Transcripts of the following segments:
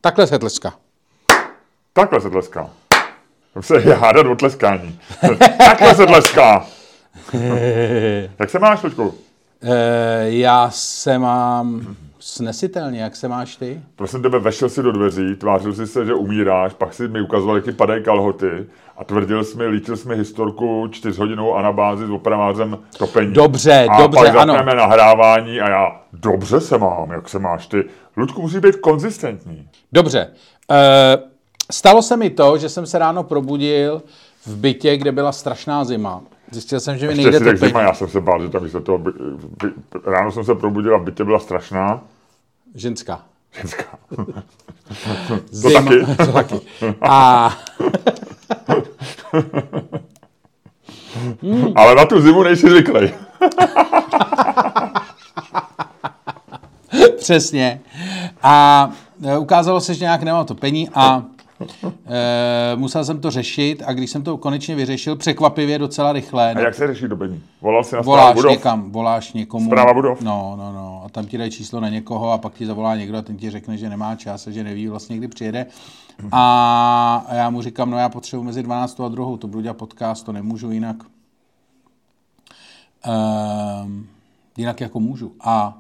Takhle se tleská. Takhle se tleská. Se je hádat o tleskání. Takhle se tleská. Jak se máš, Luďku? Já se mám snesitelně. Jak se máš ty? Prosím tebe, vešel si do dveří, tvářil jsi se, že umíráš, pak si mi ukazoval, jak ti padají kalhoty a líčil jsi mi historku 4hodinovou anabázi s opravářem topení. Dobře, a dobře, pak ano. zapneme nahrávání a já, dobře se mám, jak se máš ty. Luďku, musí být konzistentní. Dobře. Stalo se mi to, že jsem se ráno probudil v bytě, kde byla strašná zima. Zjistil jsem, že mi nejde topení. Zima, já jsem se bál, že tam místo toho... Ráno jsem se probudil a v bytě byla strašná. Ženská. Zima, to taky. A... Ale na tu zimu nejsi zvyklý. Přesně. A ukázalo se, že nějak nemám topení a musel jsem to řešit a když jsem to konečně vyřešil, překvapivě docela rychle. A jak se řeší topení? Volal jsi na Voláš někam, voláš někomu. Správa budov? No. A tam ti dají číslo na někoho a pak ti zavolá někdo a ten ti řekne, že nemá čas a že neví vlastně, kdy přijede. A já mu říkám, no já potřebuji mezi 12 a 2, to budu dělat podcast, to nemůžu jinak. Jinak jako můžu. A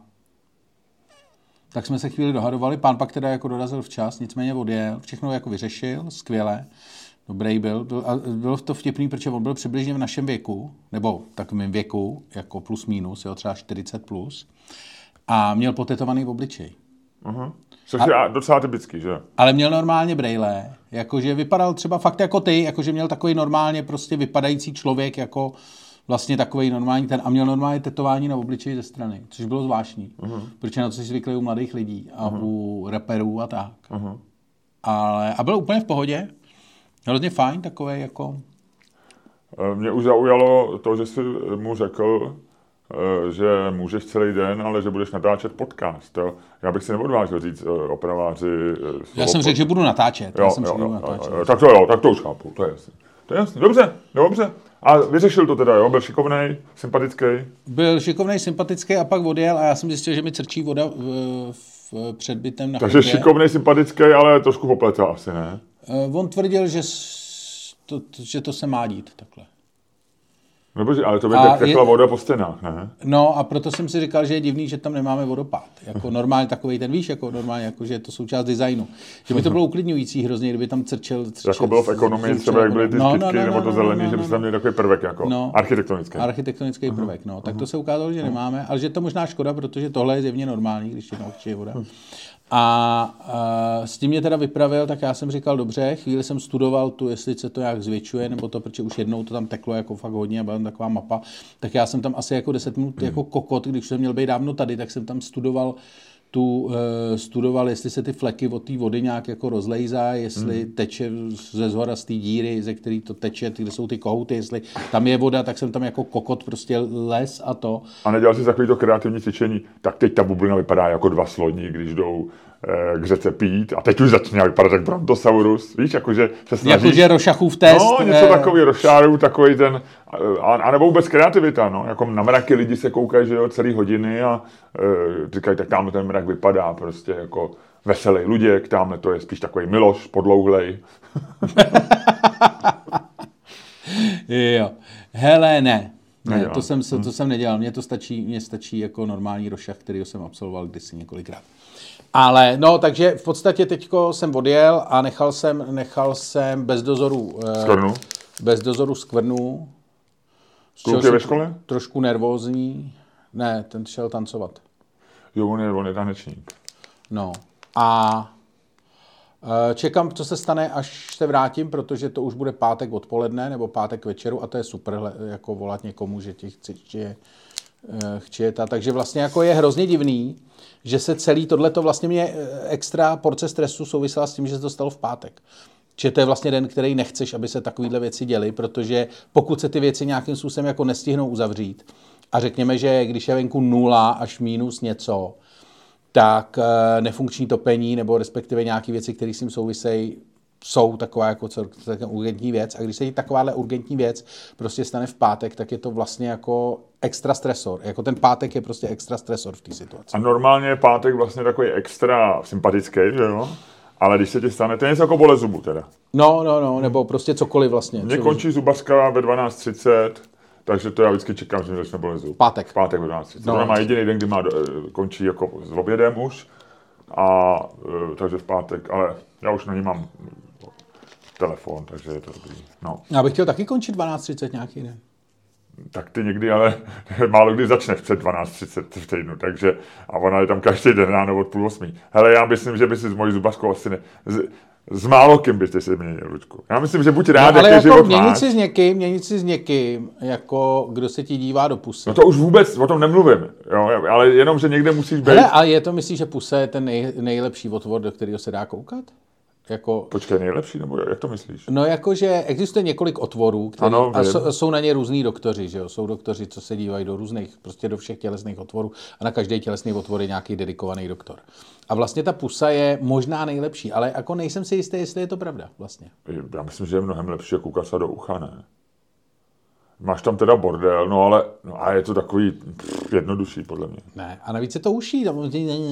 tak jsme se chvíli dohadovali, pán pak teda jako dorazil včas, nicméně odjel, všechno jako vyřešil, skvěle, dobrý byl. A bylo to vtipný, protože on byl přibližně v našem věku, nebo takovým věku, jako plus minus, jo, třeba 40 plus, a měl potetovaný v obličej. Což je docela typický, že? Ale měl normálně brejle, jakože vypadal třeba fakt jako ty, jakože měl takový normálně prostě vypadající člověk, jako vlastně takovej normální ten, a měl normálně tetování na obličeji ze strany, což bylo zvláštní, protože na to si zvykli u mladých lidí a u raperů a tak. A byl úplně v pohodě, hrozně fajn, takovej jako... Mě už zaujalo to, že jsi mu řekl, že můžeš celý den, ale že budeš natáčet podcast. Jo? Já bych si neodvážil říct opraváři... Já jsem řekl, že budu natáčet. Jo. Tak to už chápu, to je jasný. To je jasný. Dobře. A vyřešil to teda, jo? Byl šikovnej, sympatický? Byl šikovnej, sympatický a pak odjel a já jsem zjistil, že mi crčí voda před bytem na Takže šikovnej, sympatický, ale trošku popletal asi, ne? On tvrdil, že to se má dít takhle. No bože, ale to by tekla voda po stěnách, ne? No a proto jsem si říkal, že je divný, že tam nemáme vodopád. Jako normálně takovej ten, víš, jako normálně, jako, že je to součást designu. Že by to bylo uklidňující hrozně, kdyby tam crčel jako bylo v ekonomii třeba, jak byly ty skutky, nebo to zelený, že by se tam měl takový prvek, jako architektonický prvek, no. Tak to se ukázalo, že nemáme, ale že to možná škoda, protože tohle je zjevně normální, když je voda. A s tím mě teda vypravil, tak já jsem říkal, dobře, chvíli jsem studoval tu, jestli se to nějak zvětšuje, nebo to, protože už jednou to tam teklo jako fakt hodně a byla tam taková mapa, tak já jsem tam asi jako 10 minut jako kokot, když jsem měl být dávno tady, tak jsem tam studoval, jestli se ty fleky od té vody nějak jako rozlejzají, jestli teče ze zhora z té díry, ze který to teče, kde jsou ty kohouty, jestli tam je voda, tak jsem tam jako kokot prostě les a to. A nedělal jsi takový to kreativní cvičení, tak teď ta bublina vypadá jako 2 sloni, když jdou k řece pít a teď už začíná vypadat jak Brontosaurus, víš, jakože se snažíš... Jakože Rošachův test. No, něco takový Rošárů, takový ten, a nebo vůbec kreativita, no, jako na mraky lidi se koukají, že jo, celý hodiny a říkají, tak tamhle ten mrak vypadá prostě jako veselý Luděk, tamhle to je spíš takový Miloš, podlouhlej. Jo, hele, ne, to jsem nedělal, mně stačí jako normální Rošach, kterýho jsem absolvoval kdysi několikrát. Ale no, takže v podstatě teďko jsem odjel a nechal jsem bez dozoru skvrnu. Kluk je ve škole? Trošku nervózní. Ne, ten šel tancovat. Jo, on je tanečník. No a čekám, co se stane, až se vrátím, protože to už bude pátek odpoledne nebo pátek večeru a to je super, jako volat někomu, že ti chci jet. Takže vlastně jako je hrozně divný, že se celý tohleto vlastně mě extra porce stresu souvisela s tím, že se to stalo v pátek. Že to je vlastně den, který nechceš, aby se takovýhle věci děly, protože pokud se ty věci nějakým způsobem jako nestihnou uzavřít a řekněme, že když je venku 0 až minus něco, tak nefunkční topení nebo respektive nějaké věci, které s tím souvisejí, jsou taková jako urgentní věc. A když se takováhle urgentní věc prostě stane v pátek, tak je to vlastně jako extra stresor. Jako ten pátek je prostě extra stresor v té situaci. A normálně je pátek vlastně takový extra sympatický, že jo? ale když se ti stane, to je něco jako bolest zubu teda. No, nebo prostě cokoliv vlastně. Mně končí zubařka ve 12:30, takže to já vždycky čekám, že mi začne bolet zub. Pátek ve 12:30. No. To má jediný den, kdy končí jako s obědem už, a takže v pátek, ale já už na ní mám telefon, takže je to dobrý. No. Já bych chtěl taky končit 12:30 nějaký den. Tak ty někdy, ale málo kdy začneš před 12:30 v týdnu, takže a ona je tam každý den ráno od 7:30. Hele, já myslím, že by si s mojí zubařkou asi s málo kým byste si měnil, Luďku. Já myslím, že buď rád, ale jaký jako život měnit máš. si s někým, jako kdo se ti dívá do pusy. No to už vůbec o tom nemluvím, jo, ale jenom, že někde musíš být. Hele, a je to, myslíš, že pusa je ten nejlepší otvor, do kterého se dá koukat? Jako... Počkej, nejlepší, nebo jak to myslíš? No jakože existuje několik otvorů, který, ano, a jsou na ně různý doktoři, že jo? Jsou doktoři, co se dívají do různých, prostě do všech tělesných otvorů a na každý tělesný otvor je nějaký dedikovaný doktor. A vlastně ta pusa je možná nejlepší, ale jako nejsem si jistý, jestli je to pravda vlastně. Já myslím, že je mnohem lepší koukat se do ucha, ne? Máš tam teda bordel, no ale a je to takový jednodušší podle mě. Ne, a navíc je to uší, tam...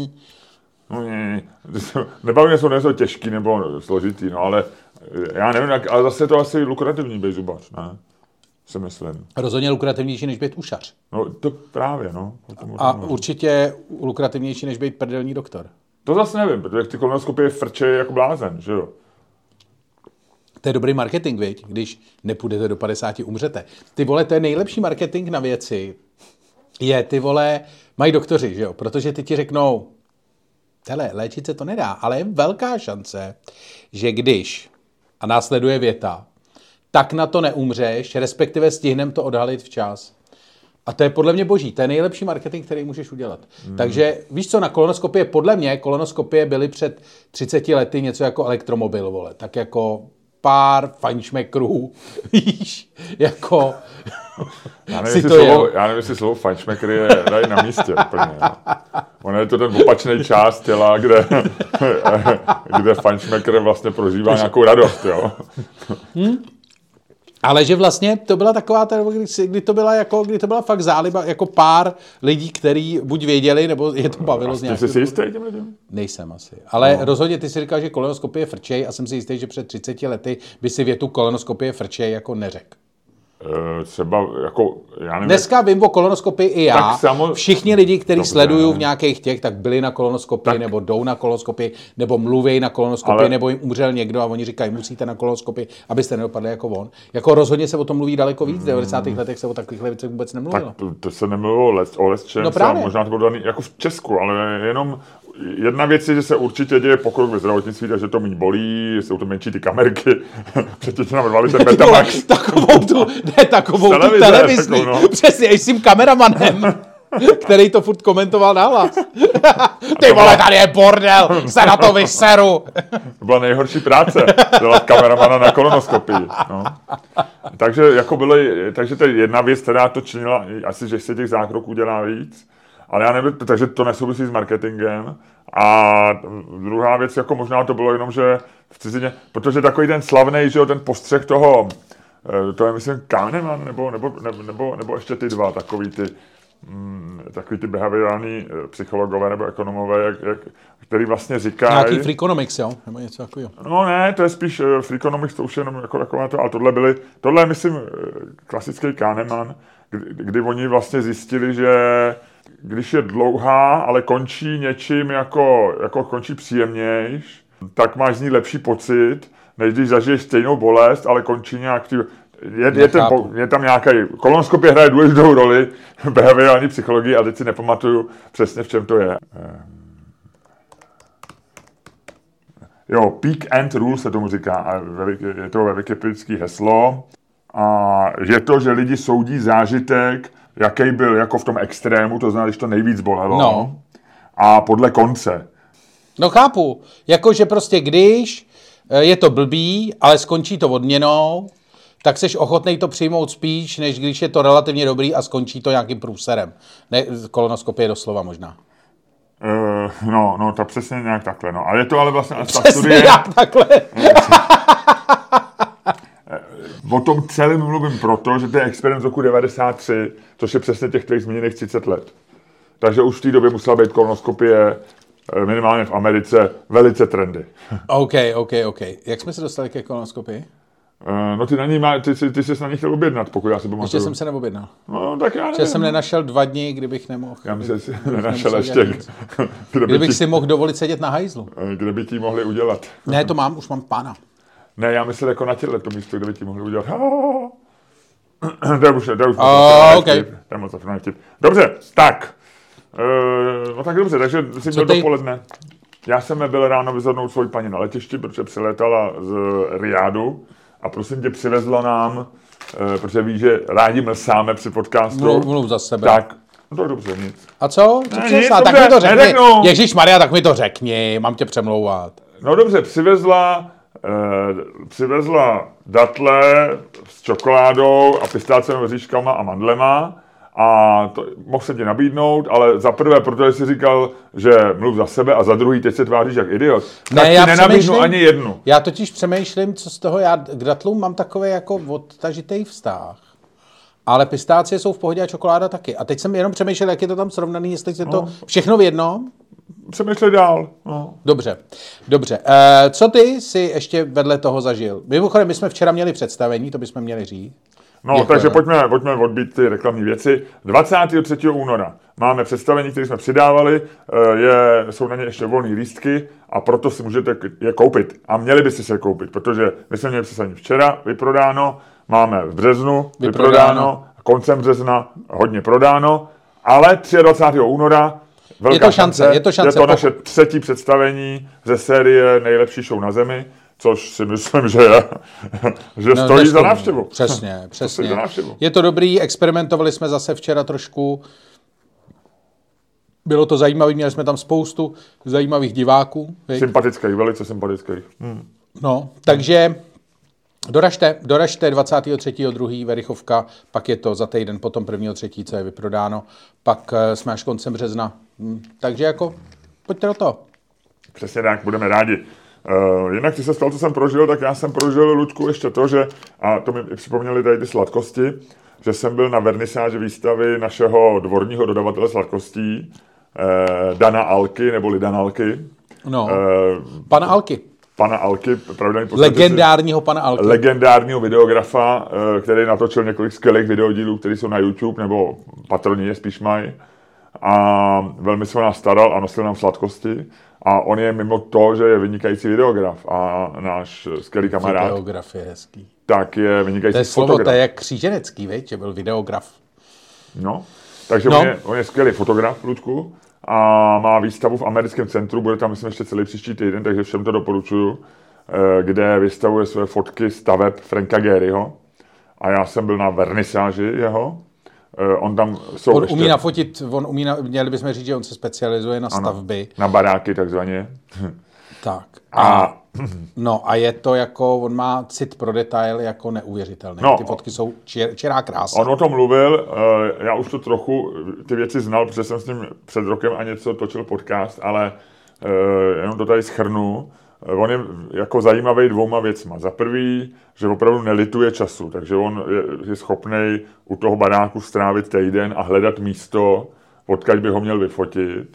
No ne, nebavíme se o něco těžký nebo složitý, no ale já nevím, ale zase je to asi lukrativní být zubař, ne? Si myslím. Rozhodně lukrativnější, než být ušař. No to právě, no. A určitě lukrativnější, než být prdelní doktor. To zase nevím, protože ty kolonoskopie frčejí jako blázen, že jo? To je dobrý marketing, viď? Když nepůjdete do 50, umřete. Ty vole, to je nejlepší marketing na věci. Ty vole, mají doktoři, že jo? Protože ty ti řeknou, hele, léčit se to nedá, ale je velká šance, že když, a následuje věta, tak na to neumřeš, respektive stihnem to odhalit včas. A to je podle mě boží, to je nejlepší marketing, který můžeš udělat. Takže víš co, na kolonoskopie, podle mě kolonoskopie byly před 30 lety něco jako elektromobil, vole. Tak jako pár fajnšmekrů, víš, jako... Já nevím, jestli slovo fajnšmekr je tady na místě úplně. Jo. Ono je to ten opačný část těla, kde fajnšmekr vlastně prožívá nějakou radost, jo. Ale že vlastně to byla taková, kdy to byla fakt záliba, jako pár lidí, kteří buď věděli, nebo je to bavilo z nějakého... Jsi si jistý těm lidem? Nejsem asi. Ale rozhodně ty si říkal, že kolonoskopie frčej a jsem si jistý, že před 30 lety by si větu kolonoskopie frčej jako neřekl. Třeba jako, já nevím. Dneska vím o kolonoskopii i já. Všichni lidi, kteří sledují v nějakých těch, tak byli na kolonoskopii, nebo jdou na kolonoskopii, nebo mluví na kolonoskopii, nebo jim umřel někdo a oni říkají, musíte na kolonoskopii, abyste nedopadli jako on. Jako rozhodně se o tom mluví daleko víc. V 90. letech se o takových věcech vůbec nemluvilo. Tak to se nemluvilo o lesčence, no možná to bylo daný jako v Česku, ale jenom jedna věc je, že se určitě děje pokrok ve zdravotnictví, takže to méně bolí, jsou to menší ty kamerky, předtím nám dvali ten Betamax. Takovou tu televizní. Jako, no. Přesně, jsem kameramanem, který to furt komentoval nahlas. Ty vole, tady je bordel, se na to vyseru. To byla nejhorší práce, dělat kameramana na kolonoskopii. No. Takže to je jedna věc, která to činila, asi, že se těch zákroků dělá víc. Ale já nevím, takže to nesouvisí s marketingem. A druhá věc, jako možná to bylo jenom, že v cizině, protože takový ten slavnej, že jo, ten postřeh toho, to je myslím Kahneman, nebo ještě ty dva, takový ty behaviorální psychologové nebo ekonomové, který vlastně říkají... Nějaký Freakonomics, jo? Nebo něco takového. No ne, to je spíš Freakonomics, to už je jenom jako takové to, ale tohle je myslím klasický Kahneman, kdy oni vlastně zjistili, že když je dlouhá, ale končí něčím jako končí příjemnějš, tak máš z ní lepší pocit, než když zažiješ stejnou bolest, ale končí nějak... Je tam nějaký... Kolonoskopie hraje důležitou roli v behaviorální psychologii a teď si nepamatuju přesně, v čem to je. Jo, peak end rule se tomu říká, a je to ve wikipedické heslo. A je to, že lidi soudí zážitek, jaký byl jako v tom extrému, to znamená, když to nejvíc bolelo. No. A podle konce. No chápu. Jakože prostě když je to blbý, ale skončí to odměnou, tak seš ochotnej to přijmout spíš, než když je to relativně dobrý a skončí to nějakým průserem. Ne, kolonoskopie doslova možná. No, to přesně nějak takhle, no. Ale je to ale vlastně... Přesně jak takhle. O tom celém mluvím proto, že to je experiment z roku 93, což je přesně těch tvých zmíněných 30 let. Takže už v té době musela být kolonoskopie minimálně v Americe velice trendy. OK. Jak jsme se dostali ke kolonoskopii? No ty jsi na ní chtěl objednat, pokud já si pamatuju. Ještě jsem se neobjednal. No tak já nevím. Že jsem nenašel 2 dny, kdybych nemohl. Já myslím, že jsi nenašel ještě. Kdybych si mohl dovolit sedět na hajzlu. Kde by ti mohli udělat? Ne, to mám, už mám pána. Ne, já myslel jako na těle to místo, kde by ti mohli udělat. To je moc vtip. Dobře, tak. No tak dobře, takže jsi byl dopoledne. Já jsem byl ráno vyzvednout svoji paní na letišti, protože přilétala z Riádu a prosím tě přivezla nám, protože víš, že rádi mlsáme při podcastu. Mluv za sebe. Tak, no to dobře, nic. A co? Tak mi to řekni. Ježišmarja, tak mi to řekni, mám tě přemlouvat. No dobře, přivezla datle s čokoládou a pistáciovými říškama a mandlema a to mohl jsem ti nabídnout, ale za prvé, protože jsi říkal, že mluv za sebe a za druhý, teď se tváříš jak idiot, tak ti nenabídnu ani jednu. Já totiž přemýšlím, co z toho, já k datlům mám takový jako odtažitej vztah. Ale pistácie jsou v pohodě a čokoláda taky. A teď jsem jenom přemýšlel, jak je to tam srovnaný, jestli je to všechno v jednom. Přemýšlej dál. No. Dobře. Co ty si ještě vedle toho zažil? Mimochodem, my jsme včera měli představení, to bychom měli říct. No, takže pojďme odbít ty reklamní věci. 23. února máme představení, které jsme přidávali, jsou na ně ještě volné lístky a proto si můžete je koupit. A měli byste se je koupit, protože my jsme měli představení včera vyprodáno, máme v březnu vyprodáno, koncem března hodně prodáno, ale 23. února velká je to šance. Je to naše 3. představení ze série Nejlepší show na zemi, což si myslím, že stojí za návštěvu. Přesně. Je to dobrý, experimentovali jsme zase včera trošku. Bylo to zajímavé, měli jsme tam spoustu zajímavých diváků. Sympatických, velice sympatických. No, takže doražte 23.2. Verichovka, pak je to za týden, potom 1.3. co je vyprodáno, pak jsme až koncem března. Takže jako, pojďte do toho. Přesně tak, budeme rádi. Jinak, když se stalo, co jsem prožil, tak já jsem prožil, Luďku, ještě to, že, a to mi připomněly tady ty sladkosti, že jsem byl na vernisáži výstavy našeho dvorního dodavatele sladkostí, Dana Alky, neboli Dan Alky. No, pana Alky. Pana Alky, legendárního pana Alky. Legendárního videografa, který natočil několik skvělých videodílů, které jsou na YouTube, nebo patroni je spíš mají. A velmi se o nás staral a nosil nám sladkosti. A on je mimo to, že je vynikající videograf a náš skvělý kamarád. Videograf je hezký. Tak je vynikající fotograf. To je slovo, to je jak Kříženecký, veď, že byl videograf. No, takže on je skvělý fotograf, Ludku, a má výstavu v americkém centru, bude tam, myslím, ještě celý příští týden, takže všem to doporučuju, kde vystavuje své fotky staveb Franka Gehryho. A já jsem byl na vernisáži jeho. On tam umí nafotit, měli bychom říct, že on se specializuje na stavby. Na baráky takzvaně. Tak. A je to jako, on má cit pro detail jako neuvěřitelný. Ty fotky jsou čirá krása. On o tom mluvil, já už to trochu ty věci znal, protože jsem s ním před rokem a něco točil podcast, ale jenom to tady shrnu. On je jako zajímavý 2 věcma. Za prvý, že opravdu nelituje času, takže on je schopný u toho baráku strávit týden a hledat místo, odkud by ho měl vyfotit.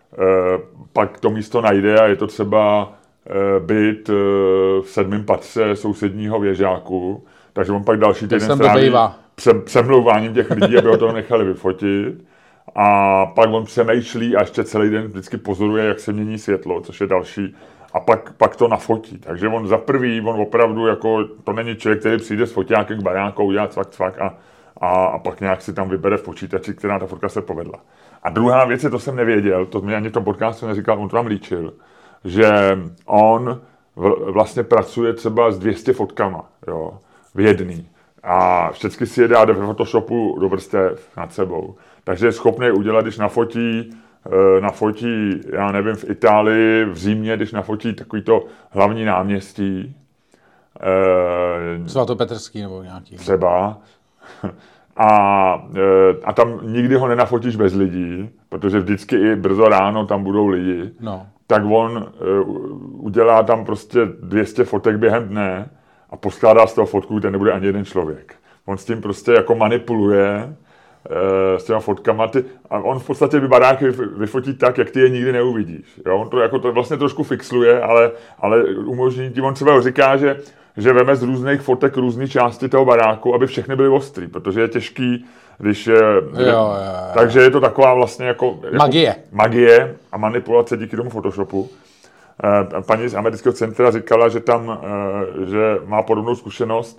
Pak to místo najde a je to třeba byt v 7. patře sousedního věžáku, takže on pak další týden stráví přemlouváním těch lidí, aby ho toho nechali vyfotit. A pak on přemýšlí a ještě celý den vždycky pozoruje, jak se mění světlo, což je další. A pak to nafotí. Takže on za prvý, on opravdu jako, to není člověk, který přijde s foťákem k baráku, udělá cvak a pak nějak si tam vybere v počítači, která ta fotka se povedla. A druhá věc je, to jsem nevěděl, to mi ani v tom podcastu neříkal, on to tam líčil, že on vlastně pracuje třeba s 200 fotkama, jo, v jedný. A vždycky si je dá ve Photoshopu do vrstev nad sebou. Takže je schopný udělat, když nafotí, já nevím, v Itálii, v Římě, když nafotí takovýto hlavní náměstí. Svatopetrský nebo nějaký. Třeba. A tam nikdy ho nenafotíš bez lidí, protože vždycky i brzo ráno tam budou lidi. No. Tak on udělá tam prostě 200 fotek během dne a poskládá z toho fotku, ten nebude ani jeden člověk. On s tím prostě jako manipuluje s těma fotkama. A on v podstatě baráky vyfotí tak, jak ty je nikdy neuvidíš. Jo? On to jako to vlastně trošku fixluje, ale umožní ti, on třeba říká, že veme z různých fotek různé části toho baráku, aby všechny byly ostrý, protože je těžký, když je... Jo. Takže je to taková vlastně jako magie a manipulace díky tomu Photoshopu. Paní z amerického centra říkala, že má podobnou zkušenost,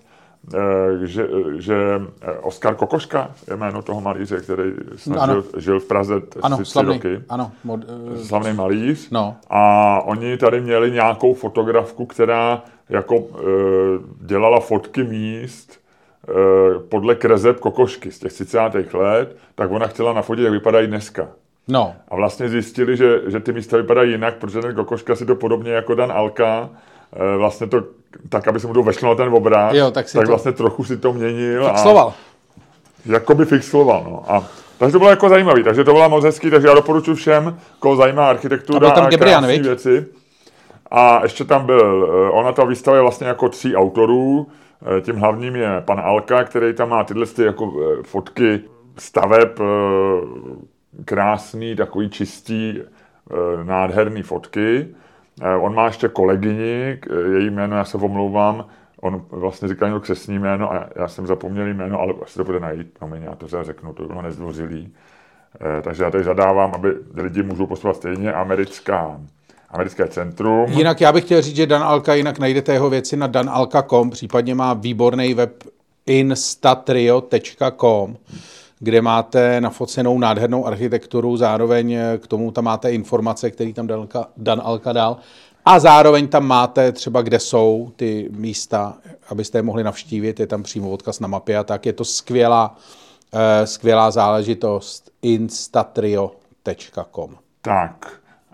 že Oskar Kokoška je jméno toho malíře, který žil v Praze 3 roky. Ano, slavný malíř. No. A oni tady měli nějakou fotografku, která jako dělala fotky míst podle kreseb Kokošky z těch 30. let, tak ona chtěla nafotit, jak vypadají dneska. No. A vlastně zjistili, že ty místa vypadají jinak, protože ten Kokoška si to podobně jako Dan Alka, vlastně to tak, aby se mu to vešlo na ten obraz, tak vlastně trochu si to měnil. Fixloval. Jakoby fixloval, no. Takže to bylo jako zajímavý, takže to bylo moc hezký, takže já doporučuji všem, koho zajímá architektura a krásné věci. A ještě tam ona ta výstava je vlastně jako 3 autorů, tím hlavním je pan Alka, který tam má tyhle jako fotky staveb, krásný, takový čistý, nádherný fotky. On má ještě kolegyni, její jméno, já se omlouvám, on vlastně říká něco křestní jméno a já jsem zapomněl jméno, ale asi to bude najít, já to řeknu, to bylo nezdvořilý. Takže já tady zadávám, aby lidi můžou poslouchat stejně, americké centrum. Jinak já bych chtěl říct, že Dan Alka, jinak najdete jeho věci na danalka.com, případně má výborný web instatrio.com, kde máte nafocenou nádhernou architekturu, zároveň k tomu tam máte informace, které tam Dan Alka dal. A zároveň tam máte třeba, kde jsou ty místa, abyste je mohli navštívit, je tam přímo odkaz na mapě a tak. Je to skvělá záležitost instatrio.com. Tak.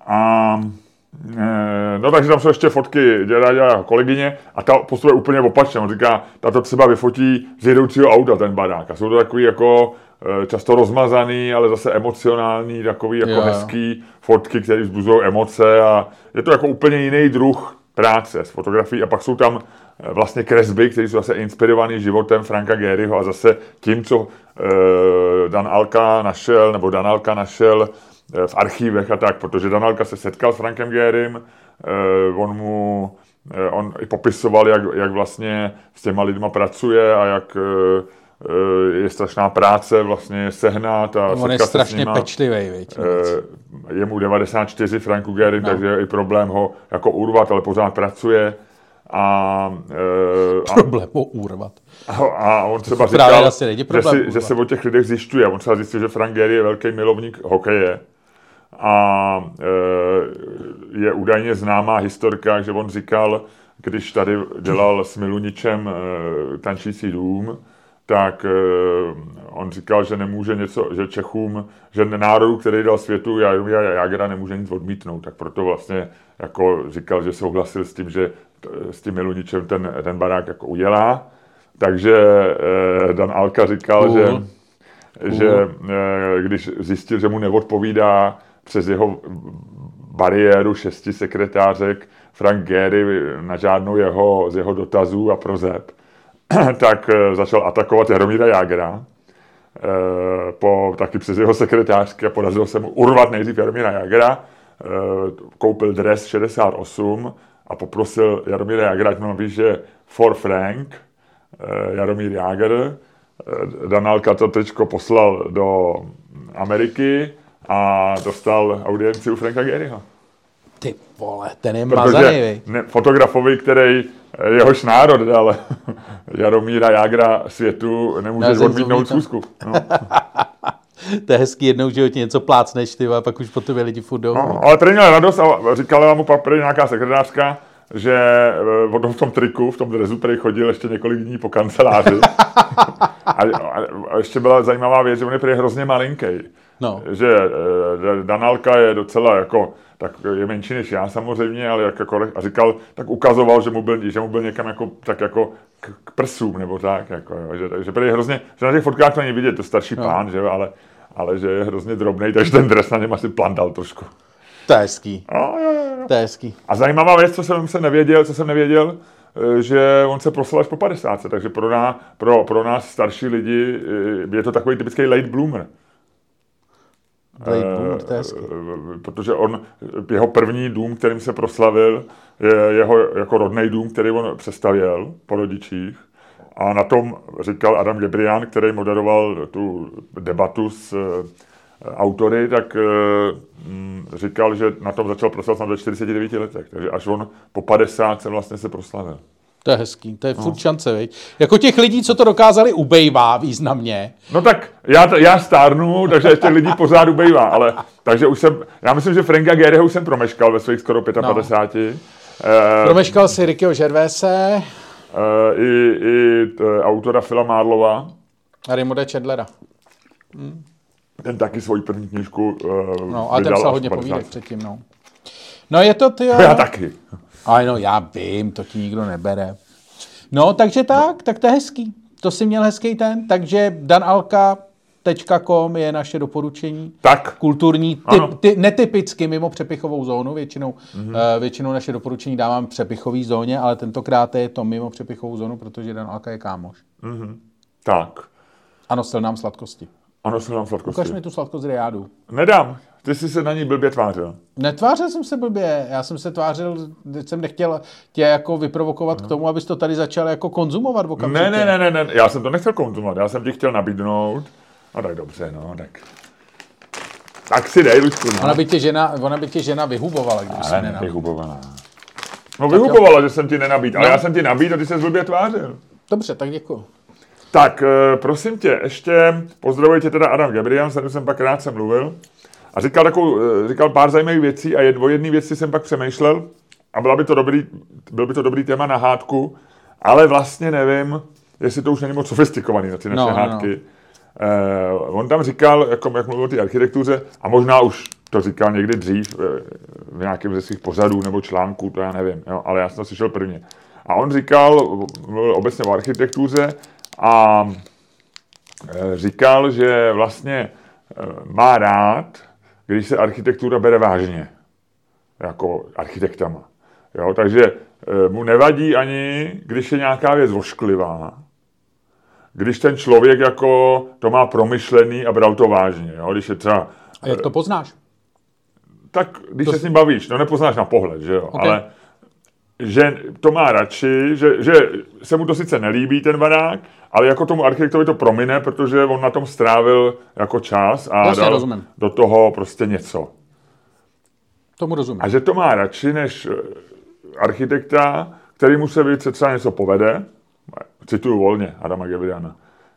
No takže tam jsou ještě fotky dělá kolegyně a ta postupuje úplně opačně. On říká, tato třeba vyfotí z jedoucího auta ten barák. A jsou to takový jako často rozmazaný, ale zase emocionální, takový jako hezký fotky, které vzbuzují emoce a je to jako úplně jiný druh práce s fotografií a pak jsou tam vlastně kresby, které jsou zase inspirované životem Franka Gehryho a zase tím, co Dan Alka našel v archívech a tak, protože Dan Alka se setkal s Frankem Gehrym, on i popisoval, jak vlastně s těma lidma pracuje a jak je strašná práce vlastně sehnat a on je strašně pečlivý, je mu 94 Franku Gehrym, takže je i problém ho jako urvat, ale pořád pracuje. Problém ho urvat. A on třeba říkal, že se o těch lidech zjišťuje. On třeba zjistil, že Frank Gehry je velký milovník hokeje. A je údajně známá historka, že on říkal, když tady dělal s Miluničem Tančící dům, tak on říkal, že nemůže že Čechům, že národu, který dal světu Jaromíra Jágra, nemůže nic odmítnout. Tak proto vlastně jako říkal, že souhlasil s tím, že s tím Miluničem ten barák jako udělá. Takže Dan Alka říkal, že když zjistil, že mu neodpovídá přes jeho bariéru 6 sekretářek Frank Gehry na žádnou z jeho dotazů a proseb, tak začal atakovat Jaromíra Jágra taky přes jeho sekretářky a podařilo se mu urvat nejdřív Jaromíra Jágra, koupil dres 68 a poprosil Jaromíra Jágra, ať mu napíše for Frank, Jaromír Jágr. Dan Alka to teďko poslal do Ameriky a dostal audienci u Franka Gehryho. Ty vole, ten je mazaný, fotografovi, který jehož národ dal Jaromíra Jágra světu, nemůžeš odmítnout schůzku. No. To je hezký jednou, že ti něco plácneš, ty, a pak už po tebe lidi furt jdou. No, ale tady měl radost a říkala mu pak nějaká sekretářka, že v tom triku, v tom dresu, který chodil ještě několik dní po kanceláři. a ještě byla zajímavá věc, že on je prý hrozně malinký. No. Že Dan Alka je docela jako, tak je menší než já samozřejmě, ale jako, a říkal, tak ukazoval, že mu byl někam jako, tak jako k prsům, nebo tak, jako, že prý hrozně, že na těch fotkách to není vidět, to starší pán, že ale že je hrozně drobnej, takže ten dres na něm asi plandal trošku. To je hezký. Jo. To je hezký. A zajímavá věc, co jsem nevěděl, že on se proslal až po 50, takže pro nás starší lidi je to takový typický late bloomer. To je protože jeho první dům, kterým se proslavil, je jeho jako rodnej dům, který on přestavěl po rodičích. A na tom říkal Adam Gebrian, který moderoval tu debatu s autory, tak říkal, že na tom začal proslavovat ve 49 letech. Takže až on po 50 vlastně se proslavil. To je hezký, to je furt šance, viď? Jako těch lidí, co to dokázali, ubejvá významně. No tak já stárnu, takže ještě lidí pořád ubejvá, ale takže já myslím, že Franka Gehryho už jsem promeškal ve svých skoro 55. Promeškal si Rickyho Gervaise. I autora Phila Marlova. A Raymonda Chandlera. Ten taky svoji první knížku no, a ten psal hodně povídek předtím, no. No je to ty... Já taky. Ale no, já vím, to ti nikdo nebere. No, takže tak to je hezký. To si měl hezký ten. Takže danalka.com je naše doporučení. Tak. Kulturní, netypicky mimo přepichovou zónu. Většinou naše doporučení dávám v přepichové zóně, ale tentokrát je to mimo přepichovou zónu, protože Dan Alka je kámoš. Tak. A nosil nám sladkosti. Ukaž mi tu sladkost Riádu. Nedám. Ty jsi se na ní blbě tvářil. Netvářil jsem se blbě. Já jsem se tvářil, teď jsem nechtěl tě jako vyprovokovat k tomu, abys to tady začal jako konzumovat okamžitě. Ne. Já jsem to nechtěl konzumovat. Já jsem ti chtěl nabídnout. No tak dobře, no tak. Tak si dej, Lučku. No. Ona by tě žena vyhubovala, kdyby si nenabídl. Vyhubovala. No vyhubovala, že jsem ti nenabídl. Ale já jsem ti nabídl a ty se blbě tvářil. Dobře, tak děkuju. Tak, prosím tě, ještě pozdravuji tě teda Adam Gebrian, s jsem pak krátce mluvil. A říkal pár zajímavých věcí a o jedné věci jsem pak přemýšlel a byl by to dobrý téma na hádku, ale vlastně nevím, jestli to už není moc sofistikovaný na ty naše hádky. On tam říkal, jak mluvil o té architektuře, a možná už to říkal někdy dřív v nějakém ze svých pořadů nebo článků, to já nevím, jo, ale já jsem to slyšel prvně. A on mluvil obecně o architektuře a říkal, že vlastně má rád, když se architektura bere vážně, jako architektama. Jo, takže mu nevadí ani, když je nějaká věc ošklivá, když ten člověk jako to má promyšlený a bral to vážně. Jo, když je třeba... A jak to poznáš? Tak, když se s ním bavíš, to nepoznáš na pohled, že jo, okay. Ale že to má radši, že se mu to sice nelíbí, ten barák, ale jako tomu architektovi to promine, protože on na tom strávil jako čas a dal do toho prostě něco. Tomu rozumím. A že to má radši než architekta, který mu se více třeba něco povede, cituju volně Adama Gebriana,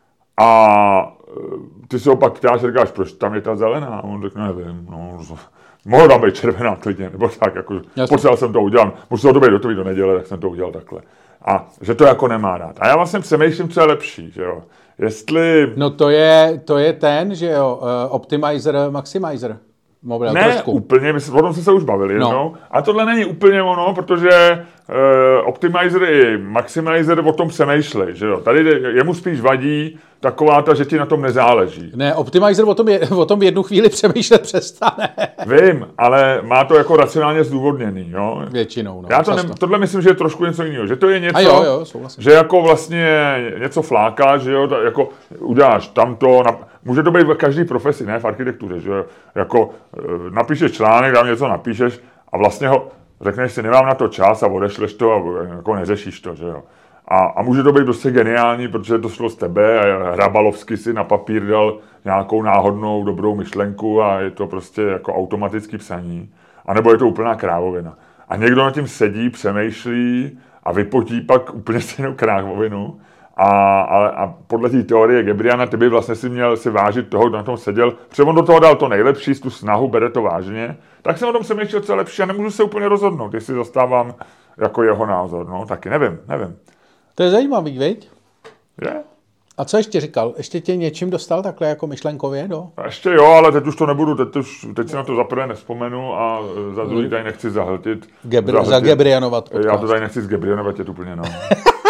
a ty se ho pak ptáš a říkáš, proč tam je ta zelená? A on řekne, nevím, mohl tam být červená klidně, nebo tak, jako, potřeboval jsem to udělat, musel to být do neděle, tak jsem to udělal takhle. A že to jako nemá rád. A já vlastně přemýšlím, co je lepší, že jo. Jestli... No to je ten, že jo, optimizer, maximizer. Ne, trošku. Úplně, o tom jsme se už bavili jednou. A tohle není úplně ono, protože optimizer i maximizer o tom přemýšlej, že jo. Tady jemu spíš vadí taková ta, že ti na tom nezáleží. Ne, optimizer o tom v jednu chvíli přemýšlet přestane. Vím, ale má to jako racionálně zdůvodněný, jo. Většinou, no. Já tohle myslím, že je trošku něco jiného, že to je něco, jo, že jako vlastně něco fláká, že jo, jako uděláš tamto, může to být v každý profesi, ne v architektuře, že jo, jako napíšeš článek, tam něco napíšeš a vlastně ho řekneš si, nemám na to čas a odešleš to a jako neřešíš to, že jo. A může to být prostě geniální, protože to šlo z tebe a hrabalovsky si na papír dal nějakou náhodnou dobrou myšlenku a je to prostě jako automatický psaní. A nebo je to úplná krávovina. A někdo na tím sedí, přemýšlí a vypotí pak úplně stejnou krávovinu. A podle té teorie Gebriana ty by vlastně si měl si vážit toho, kdo na tom seděl, protože on do toho dal to nejlepší, tu snahu, bere to vážně, tak jsem o tom přemýšlel, co je lepší a nemůžu se úplně rozhodnout, jestli zastávám jako jeho názor. No, taky nevím. To je zajímavý, viď? Je. A co ještě říkal? Ještě tě něčím dostal takhle jako myšlenkově, no? Ještě jo, ale teď už to nebudu, teď si na to za prvé nevzpomenu a za druhý tady nechci zahltit. Zagebrianovat podcast. Já to tady nechci zgebrianovat úplně, no.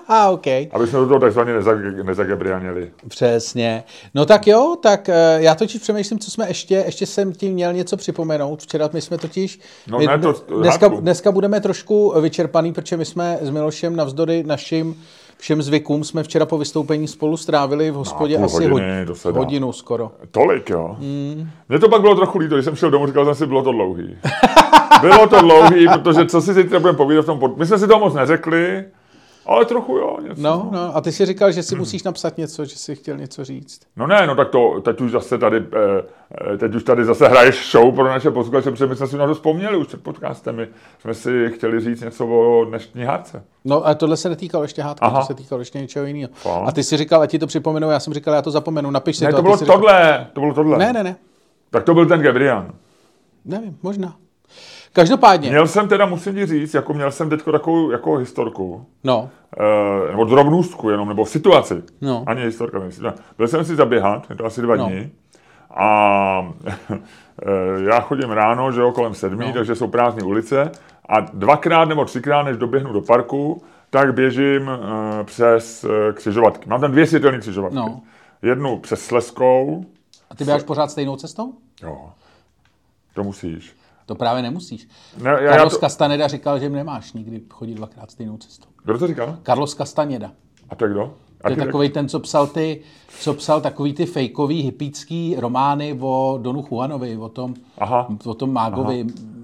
Okay. Aby jsme do toho takzvaně nezagebrianili. Přesně. No tak jo, tak já totiž přemýšlím, co jsme ještě jsem tím měl něco připomenout. Včera my jsme totiž, dneska budeme trošku vyčerpaný, protože my jsme s Milošem navzdory našim všem zvykům jsme včera po vystoupení spolu strávili v hospodě asi hodinu skoro. Tolik, jo. Mně to pak bylo trochu líto, když jsem šel domů, říkal jsem si, bylo to dlouhý. Bylo to dlouhý, protože co si teď budeme povídat v tom my jsme si to moc neřekli, ale trochu jo. Něco, no, a ty si říkal, že si musíš napsat něco, že jsi chtěl něco říct. No ne, no tak to, teď už tady zase hraješ show pro naše posluchače, protože my jsme si na to vzpomněli už před podcastem, my jsme si chtěli říct něco o dnešní hádce. No a tohle se netýkalo ještě hádky, to se týkalo ještě něčeho jiného. A ty si říkal, ať ti to připomenu, já jsem říkal, já to zapomenu, napiš si ne, to. To bylo tohle. Ne. Tak to byl ten Gabriel. Nevím, možná. Každopádně. Měl jsem teda, musím ti říct, jako měl jsem teď takovou jako historku. No. Nebo drobnůstku jenom, nebo situaci. No. Ani historka. Byl jsem si zaběhat, je to asi 2 dny. A já chodím ráno, že jo, kolem 7, takže jsou prázdné ulice. A 2krát nebo 3krát, než doběhnu do parku, tak běžím přes křižovatky. Mám tam 2 světelné křižovatky. No. Jednu přes Slezskou. A ty běháš pořád stejnou cestou? Jo. To musíš. To právě nemusíš. Ne, Carlos Castaneda říkal, že nemáš nikdy chodit 2krát stejnou cestou. Kdo to říkal? Carlos Castaneda. A to je kdo? To je takovej ten, co psal takový ty fejkový hippícký romány o Donu Juanovi, o tom mágovi.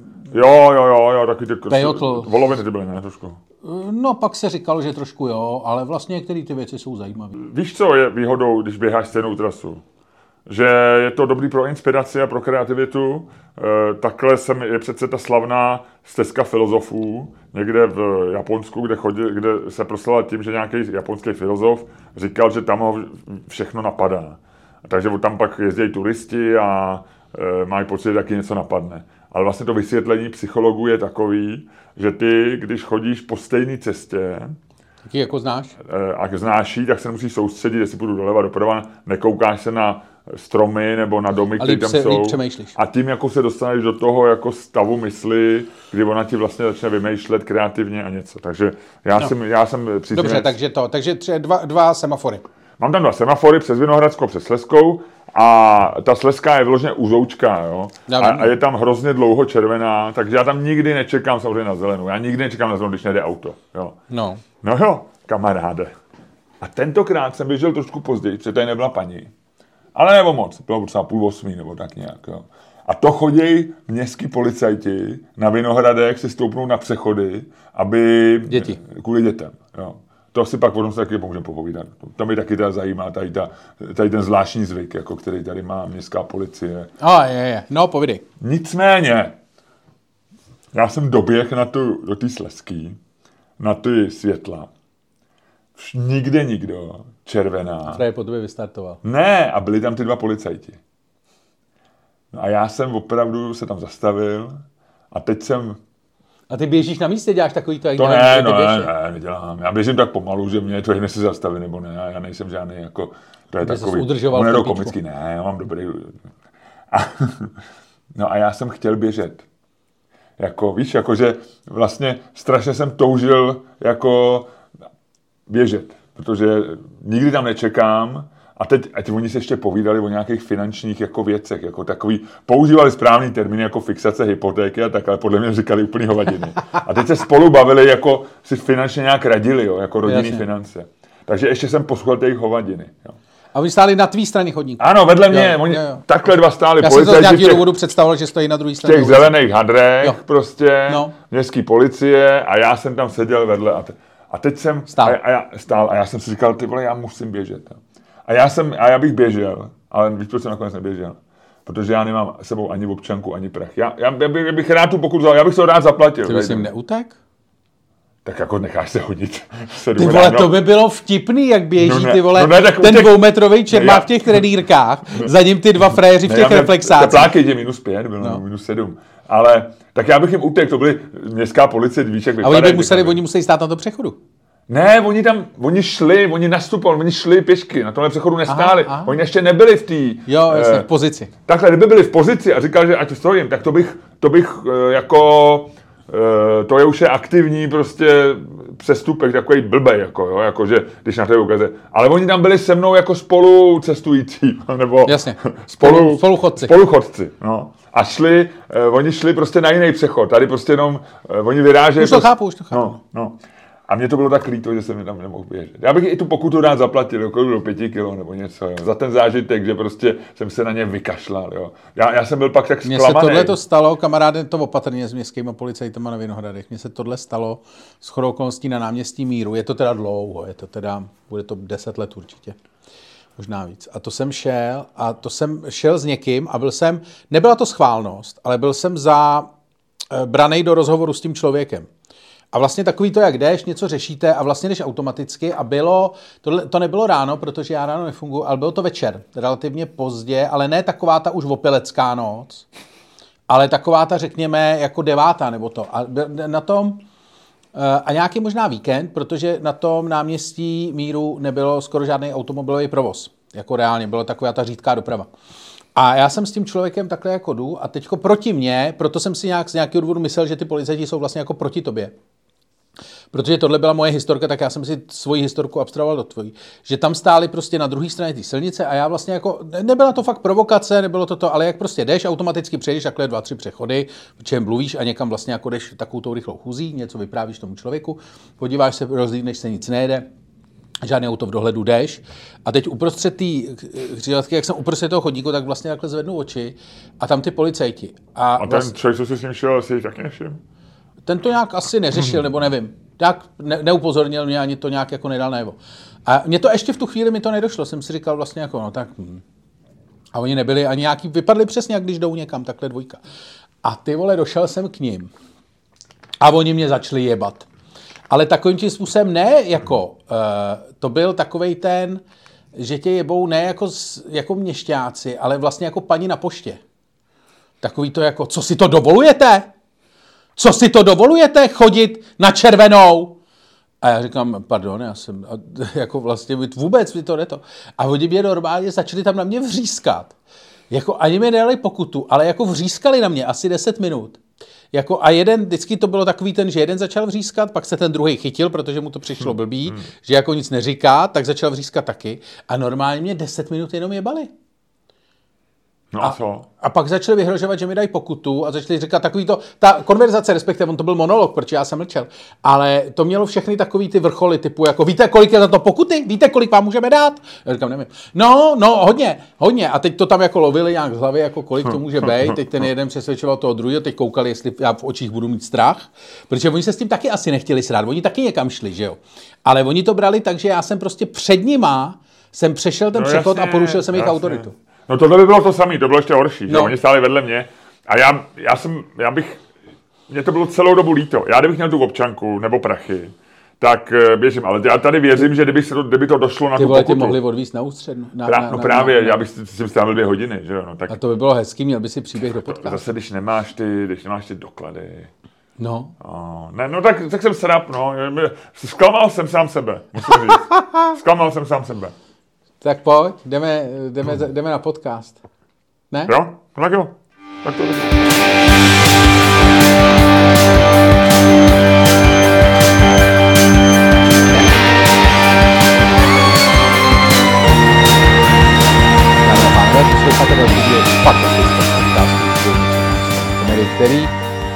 Jo, taky ty voloviny ty byly, ne, trošku. No, pak se říkalo, že trošku jo, ale vlastně některé ty věci jsou zajímavé. Víš, co je výhodou, když běháš stejnou trasu? Že je to dobrý pro inspiraci a pro kreativitu. Takhle je přece ta slavná stezka filozofů někde v Japonsku, kde se proslala tím, že nějaký japonský filozof říkal, že tam ho všechno napadá. Takže tam pak jezdí turisti a mají pocit, že taky něco napadne. Ale vlastně to vysvětlení psychologů je takový, že ty, když chodíš po stejné cestě, taky jako znáš? A znáš jí, tak se nemusíš soustředit, jestli půjdu doleva, doprava, nekoukáš se na stromy nebo na domy, které tam jsou. A tím jako se dostaneš do toho jako stavu mysli, kdy ona ti vlastně začne vymýšlet kreativně a něco. Takže já jsem příznivec. Dobře, takže dva semafory. Mám tam 2 semafory přes Vinohradskou, přes Slezskou a ta Slezská je vyloženě uzoučká, jo. A je tam hrozně dlouho červená, takže já tam nikdy nečekám samozřejmě na zelenou. Já nikdy nečekám na zelenou, když nejde auto, jo. No jo, kamaráde. A tentokrát jsem běžel trošku později, protože tady nebyla paní. Ale nebo moc, bylo třeba 7:30 nebo tak nějak, jo. A to chodějí městský policajti na Vinohradech si stoupnou na přechody, aby... Děti. Kvůli dětem, jo. To si pak potom se taky můžeme popovídat. To mi taky teda zajímá, tady ten zvláštní zvyk, jako který tady má městská policie. Je. No, povídej. Nicméně, já jsem doběh do té Slezský, na ty světla. Nikde nikdo, červená. Právě po tobě vystartoval. Ne, a byli tam ty 2 policajti. No a já jsem opravdu se tam zastavil a teď jsem... A ty běžíš na místě, děláš takový to, jak to nedělám. Já běžím tak pomalu, že mě to jedno se zastaví nebo ne. Já nejsem žádný jako... To je takový... komický, ne, já mám dobrý... No a já jsem chtěl běžet. Jako, víš, jakože vlastně strašně jsem toužil jako běžet, protože nikdy tam nečekám a teď, ať oni se ještě povídali o nějakých finančních jako věcech, jako takový, používali správný termín jako fixace hypotéky a tak, ale podle mě říkali úplný hovadiny. A teď se spolu bavili, jako si finančně nějak radili, jo, jako rodinný finance. Takže ještě jsem poslouchal těch hovadiny. Jo. A oni stáli na tvý straně chodníku. Ano, vedle mě, oni takhle 2 stáli policajti. Já jsem to z nějakého důvodu představoval, že stojí na druhé straně. V těch zelených hadrech prostě, městský policie a já jsem tam seděl vedle a teď jsem stál a já jsem si říkal, ty vole, já musím běžet. A já bych běžel, ale víš, proč jsem nakonec neběžel? Protože já nemám sebou ani občanku, ani prach. Já bych rád tu pokud vzal, já bych to rád zaplatil. Ty bys jim neutek? Tak jako necháš se hodit. Ty vole, to by bylo vtipný, jak běží ty vole, ten 2metrovej čermák v těch trenýrkách, za ním ty 2 frajeři v těch reflexácích. Tepláky je -5, bylo -7. Ale tak já bych jim utekl, to byly městská policie, víš, jak vypadají. A oni museli stát na tom přechodu. Ne, oni nastupovali, oni šli pěšky, na tomhle přechodu nestáli. Oni ještě nebyli v té... Jo, jasně, v pozici. Takhle, kdyby byli v pozici a říkal, že ať stojím, tak to bych jako... To je už je aktivní prostě přestupek takový blbej, jako, jo, jako že když na té ukaze. Ale oni tam byli se mnou jako spolu cestující, nebo jasně. Spoluchodci, no. A oni šli prostě na jiný přechod. Tady prostě jenom, oni vyrážejí. Už to chápu. No. A mně to bylo tak líto, že jsem mi tam nemohl běžet. Já bych i tu pokutu rád zaplatil, jako do 5 kilo nebo něco, jo. Za ten zážitek, že prostě jsem se na ně vykašlal, jo. Já jsem byl pak tak zklamaný. Mně se tohle to stalo, kamaráde, to opatrně s městskými policajtama na Vinohradech. Mně se tohle stalo shodou okolností na náměstí Míru. Je to teda dlouho, bude to 10 let určitě. Možná víc. A to jsem šel s někým a nebyla to schválnost, ale byl jsem branej do rozhovoru s tím člověkem. A vlastně takový to, jak jdeš, něco řešíte a vlastně jdeš automaticky a to nebylo ráno, protože já ráno nefunguji, ale bylo to večer, relativně pozdě, ale ne taková ta už opilecká noc, ale taková ta, řekněme, jako 9. nebo to. A na tom, a nějaký možná víkend, protože na tom náměstí Míru nebylo skoro žádný automobilový provoz. Jako reálně, byla taková ta řídká doprava. A já jsem s tím člověkem takhle jako jdu a teďko proti mně, proto jsem si z nějakého důvodu myslel, že ty policajti jsou vlastně jako proti tobě. Protože tohle byla moje historka, tak já jsem si svoji historku abstrahoval do tvojí. Že tam stáli prostě na druhé straně té silnice a já vlastně jako, nebyla to fakt provokace, nebylo to, ale jak prostě jdeš, automaticky přejdeš takhle 2-3 přechody, protože mluvíš a někam vlastně jako jdeš takovou tou rychlou chůzí, něco vyprávíš tomu člověku, podíváš se, rozhlídneš se, nic nejde, žádný auto v dohledu jdeš a teď uprostřed té křižovatky, jak jsem uprostřed toho chodníku, tak vlastně takhle zvednu oči a tam ty policajti. A ten člověk, co si s ním šel, asi taky nevšim? Ten to nějak asi neřešil, nebo nevím. Tak neupozornil mě, ani to nějak jako nedal najevo. A mě to ještě v tu chvíli mi to nedošlo. Jsem si říkal vlastně jako, no tak... A oni nebyli ani nějaký, vypadli přesně, jak když jdou někam, takhle 2. A ty vole, došel jsem k ním. A oni mě začali jebat. Ale takovým tím způsobem ne jako... to byl takovej ten, že tě jebou ne jako měšťáci, ale vlastně jako paní na poště. Takový to jako, co si to dovolujete? Co si to dovolujete chodit na červenou? A já říkám, pardon, já jsem, jako vlastně vůbec mi to neto. A oni mě normálně začali tam na mě vřískat. Jako ani mi nedali pokutu, ale jako vřískali na mě asi 10 minut. Jako a vždycky to bylo takový ten, že jeden začal vřískat, pak se ten druhý chytil, protože mu to přišlo blbý, že jako nic neříká, tak začal vřískat taky. A normálně mě 10 minut jenom jebali. No a co? A pak začali vyhrožovat, že mi dají pokutu a začali říkat takový to, ta konverzace, respektive on to byl monolog, protože já jsem mlčel, ale to mělo všechny takový ty vrcholy typu jako, víte, kolik je za to pokuty? Víte, kolik vám můžeme dát? Já říkám, nevím. No, hodně. A teď to tam jako lovili nějak z hlavy, jako kolik to může být. Teď ten jeden přesvědčoval toho druhého, teď koukali, jestli já v očích budu mít strach, protože oni se s tím taky asi nechtěli srát, oni taky někam šli, že jo. Ale oni to brali tak, že já jsem prostě před nima jsem přešel ten přechod a porušil jsem jejich autoritu. No tohle by bylo to samé, to bylo ještě horší, že oni stáli vedle mě a mě to bylo celou dobu líto. Já kdybych měl tu občanku nebo prachy, tak běžím, ale já tady věřím, že kdyby to došlo na tu pokutu. Ty mohli odvízt na ústřednu. Právě, já bych si tím strávil 2 hodiny, že jo. No, tak... A to by bylo hezký, měl by si příběh do podcastu. Zase, když nemáš ty doklady. No. No tak jsem srap, no. Zklamal jsem sám sebe, musím říct. Zklamal jsem sám sebe. Tak pojď, jdeme na podcast. Ne? Jo, tak jo. Tak to vidím. Který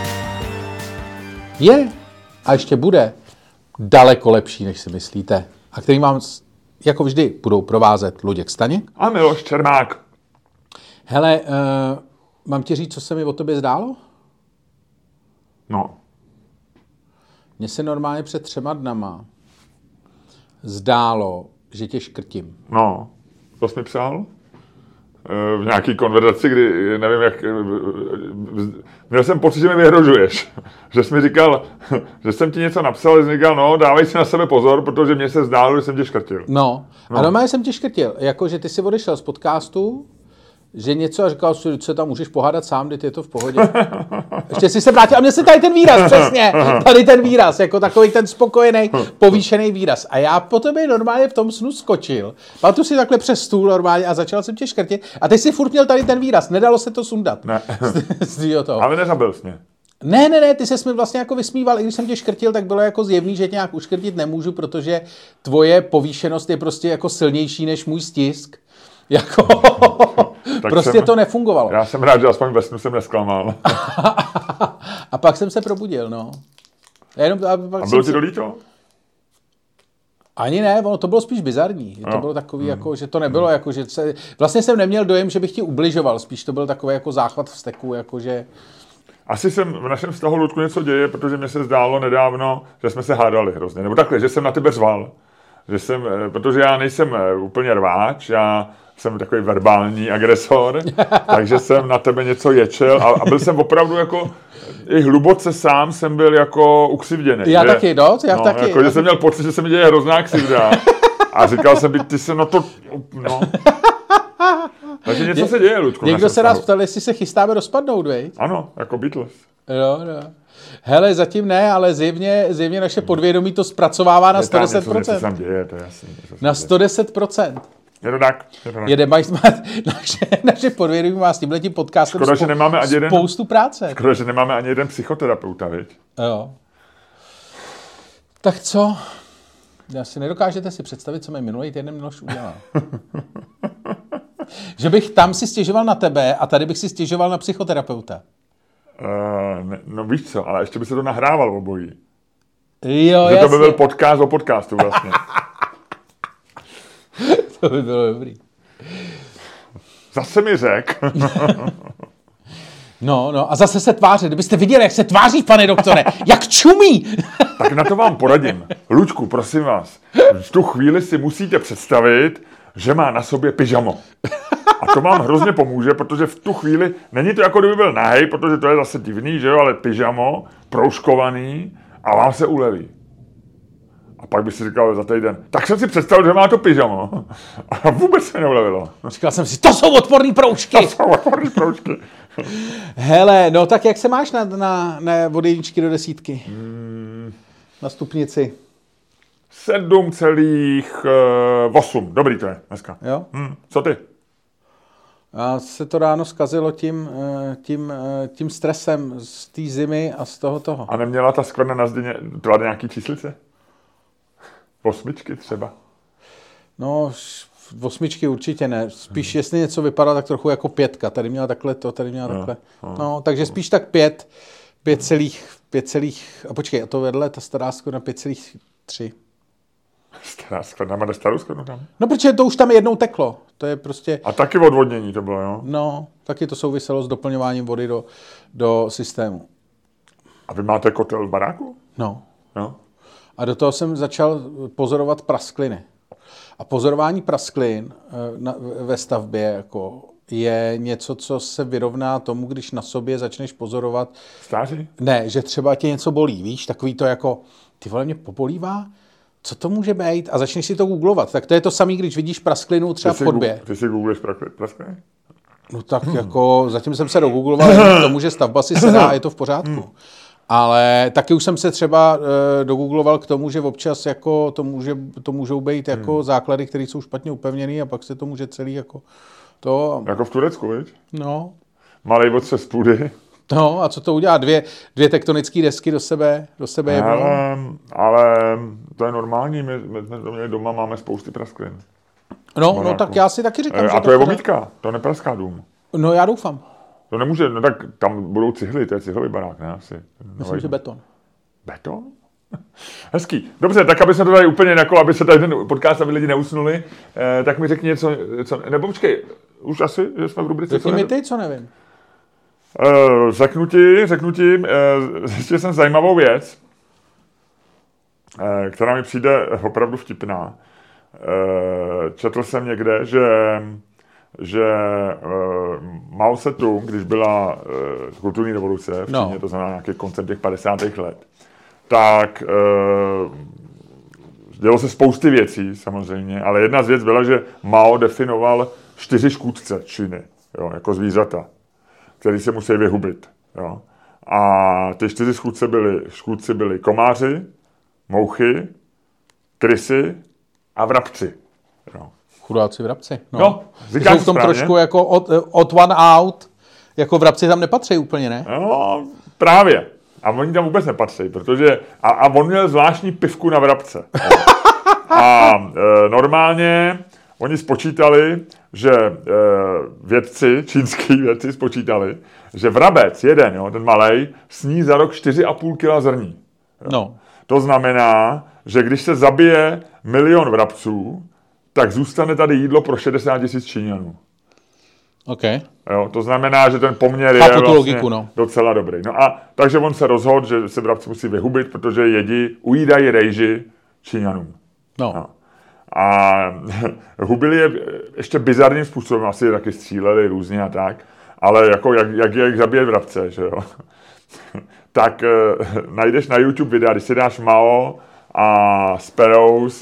je a ještě bude daleko lepší, než si myslíte. A který vám jako vždy budou provázet Luděk Staněk a Miloš Čermák. Hele, mám ti říct, co se mi o tobě zdálo? No. Mně se normálně před 3 dnama zdálo, že tě škrtím. No, to jsi mi psal? V nějaký konverzaci, kdy nevím jak... Měl jsem pocit, že mi vyhrožuješ. Že jsi mi říkal, že jsem ti něco napsal, že jsi říkal, no, dávej si na sebe pozor, protože mně se zdálo, že jsem tě škrtil. No. A normálně jsem tě škrtil. Jako, že ty jsi odešel z podcastu, že něco a říkal si, co tam můžeš pohádat sám, když je to v pohodě. Ještě si se vrátil a mně se tady ten výraz, přesně, tady ten výraz, jako takový ten spokojený, povýšený výraz. A já po tobě normálně v tom snu skočil. Pamatuju si takhle přes stůl normálně a začal jsem tě škrtit. A ty si furt měl tady ten výraz, nedalo se to sundat. Ne. Ale nezabil jsi mě. Ne, ty ses mi vlastně jako vysmíval, i když jsem tě škrtil, tak bylo jako zjevný, že tě nějak uškrtit nemůžu, protože tvoje povýšenost je prostě jako silnější než můj stisk. Jako, prostě to nefungovalo. Já jsem rád, že aspoň ve snu jsem nesklamal. A pak jsem se probudil, no. A bylo ti to líto? Ani ne, ono to bylo spíš bizarní. To bylo takový, jako, že to nebylo, jako, že vlastně jsem neměl dojem, že bych ti ubližoval, spíš to byl takový jako záchvat vzteku, jako, že... Asi jsem v našem vztahu, Ludku, něco děje, protože mě se zdálo nedávno, že jsme se hádali hrozně. Nebo takhle, že jsem na tebe řval. Protože já nejsem úplně rváč, já jsem takový verbální agresor, takže jsem na tebe něco ječel a byl jsem opravdu jako, i hluboce sám jsem byl jako ukřivděný. Já taky. Jako, že jsem měl pocit, že se mi děje hrozná křivda a říkal jsem, ty se na to, no. Takže něco se děje, Ludku. Někdo se nás ptal, jestli se chystáme rozpadnout, veď? Ano, jako Beatles. Jo. Hele, zatím ne, ale zjevně naše podvědomí to zpracovává na 110%. Něco tam děje, to je jasný. Na 110%. Je to tak. Naše podvědomí má s tímhletím podcastem spoustu práce. Škoda, že nemáme ani jeden psychoterapeuta, viď? Jo. Tak co? Nedokážete si představit, co mi minulý týden Miloš udělal. Že bych tam si stěžoval na tebe a tady bych si stěžoval na psychoterapeuta. No víš co, ale ještě by se to nahrával obojí. Jo, že to by byl podcast o podcastu vlastně. To by bylo dobrý. Zase mi řek. No a zase se tváří. Kdybyste viděli, jak se tváří, pane doktore, jak čumí. Tak na to vám poradím. Luďku, prosím vás, v tu chvíli si musíte představit, že má na sobě pyžamo. A to vám hrozně pomůže, protože v tu chvíli, není to jako kdyby byl nahej, protože to je zase divný, že jo, ale pyžamo, proužkovaný a vám se uleví. A pak by si říkal za týden, tak jsem si představil, že má to pyžamo. A vůbec se neulevilo. Říkal jsem si, to jsou odporný proužky. Hele, no tak jak se máš na od 1 do 10? Na stupnici. 7,8. Dobrý to je dneska. Jo? Co ty? A se to ráno zkazilo tím stresem z té zimy a z toho. A neměla ta skvrna na zdi nějaký číslice? 8 třeba? No, 8 určitě ne. Spíš, jestli něco vypadá, tak trochu jako 5. Tady měla takhle to, tady měla takhle. No, takže spíš tak 5. 5, a počkej, a to vedle, ta stará skvrna 5,3. Stará skvrna, máte starou skvrnu tam? No, protože to už tam jednou teklo. To je prostě... A taky odvodnění to bylo, jo? No, taky to souviselo s doplňováním vody do systému. A vy máte kotel v baráku? No. Jo? A do toho jsem začal pozorovat praskliny. A pozorování prasklin ve stavbě jako je něco, co se vyrovná tomu, když na sobě začneš pozorovat... Stáří? Ne, že třeba tě něco bolí, víš? Takový to jako, ty vole, mě pobolívá? Co to může být? A začneš si to googlovat. Tak to je to samé, když vidíš prasklinu třeba v chodbě. Ty si googluješ praskliny? No tak jako, zatím jsem se dogoogloval k tomu, že stavba si sedá a je to v pořádku. Ale taky už jsem se třeba dogoogloval k tomu, že občas jako to můžou být jako základy, které jsou špatně upevněné a pak se to může celý jako to... Jako v Turecku, viď? No. Malej otřes půdy. No a co to udělá? Dvě tektonické desky do sebe jednou? Ale to je normální, my jsme doma máme spousty prasklin. No tak já si taky říkám, že a to je omítka, to nepraská dům. No já doufám. To nemůže, no tak tam budou cihly, to je cihlový barák, ne asi. Myslím, že beton. Beton? Hezký. Dobře, tak aby jsme to tady úplně jako, aby se tady ten podcast, aby lidi neusnuli, tak mi řekni něco, nebo počkej, už asi, že jsme v rubrice... Řekni mi ty, co nevím. Řeknu ti, zjistil jsem zajímavou věc, která mi přijde opravdu vtipná. Četl jsem někde, že Mao Tse-tung, když byla kulturní revoluce v Číně, to znamená nějaký koncem těch 50. let, tak dělo se spousty věcí samozřejmě, ale jedna z věcí byla, že Mao definoval 4 škůdce Číny, jo, jako zvířata, který se musí vyhubit. Jo. A ty 4 škůdci byli komáři, mouchy, krysy a vrabci. Jo. Chudáci vrabci. No jsou v tom správně. Trošku jako od one out, jako vrabci tam nepatří úplně, ne? No, Právě. A oni tam vůbec nepatří, protože... A on měl zvláštní pivku na vrabce. A normálně oni spočítali, že vědci, čínský vědci spočítali, že vrabec jeden, jo, ten malej, sní za rok 4,5 kg zrní. Jo. No. To znamená, že když se zabije 1 milion vrabců, tak zůstane tady jídlo pro 60 000 Číňanů. Okay. Jo, to znamená, že ten poměr je vlastně logiku, no. Docela dobrý. No a takže on se rozhodl, že se vrabci musí vyhubit, protože ujídají rejži Číňanům. No. A hubili je ještě bizarním způsobem, asi je taky stříleli různě a tak, ale jako jak je zabíjet vrabce, že jo. Tak najdeš na YouTube videa, když si dáš Mao a Sparrows,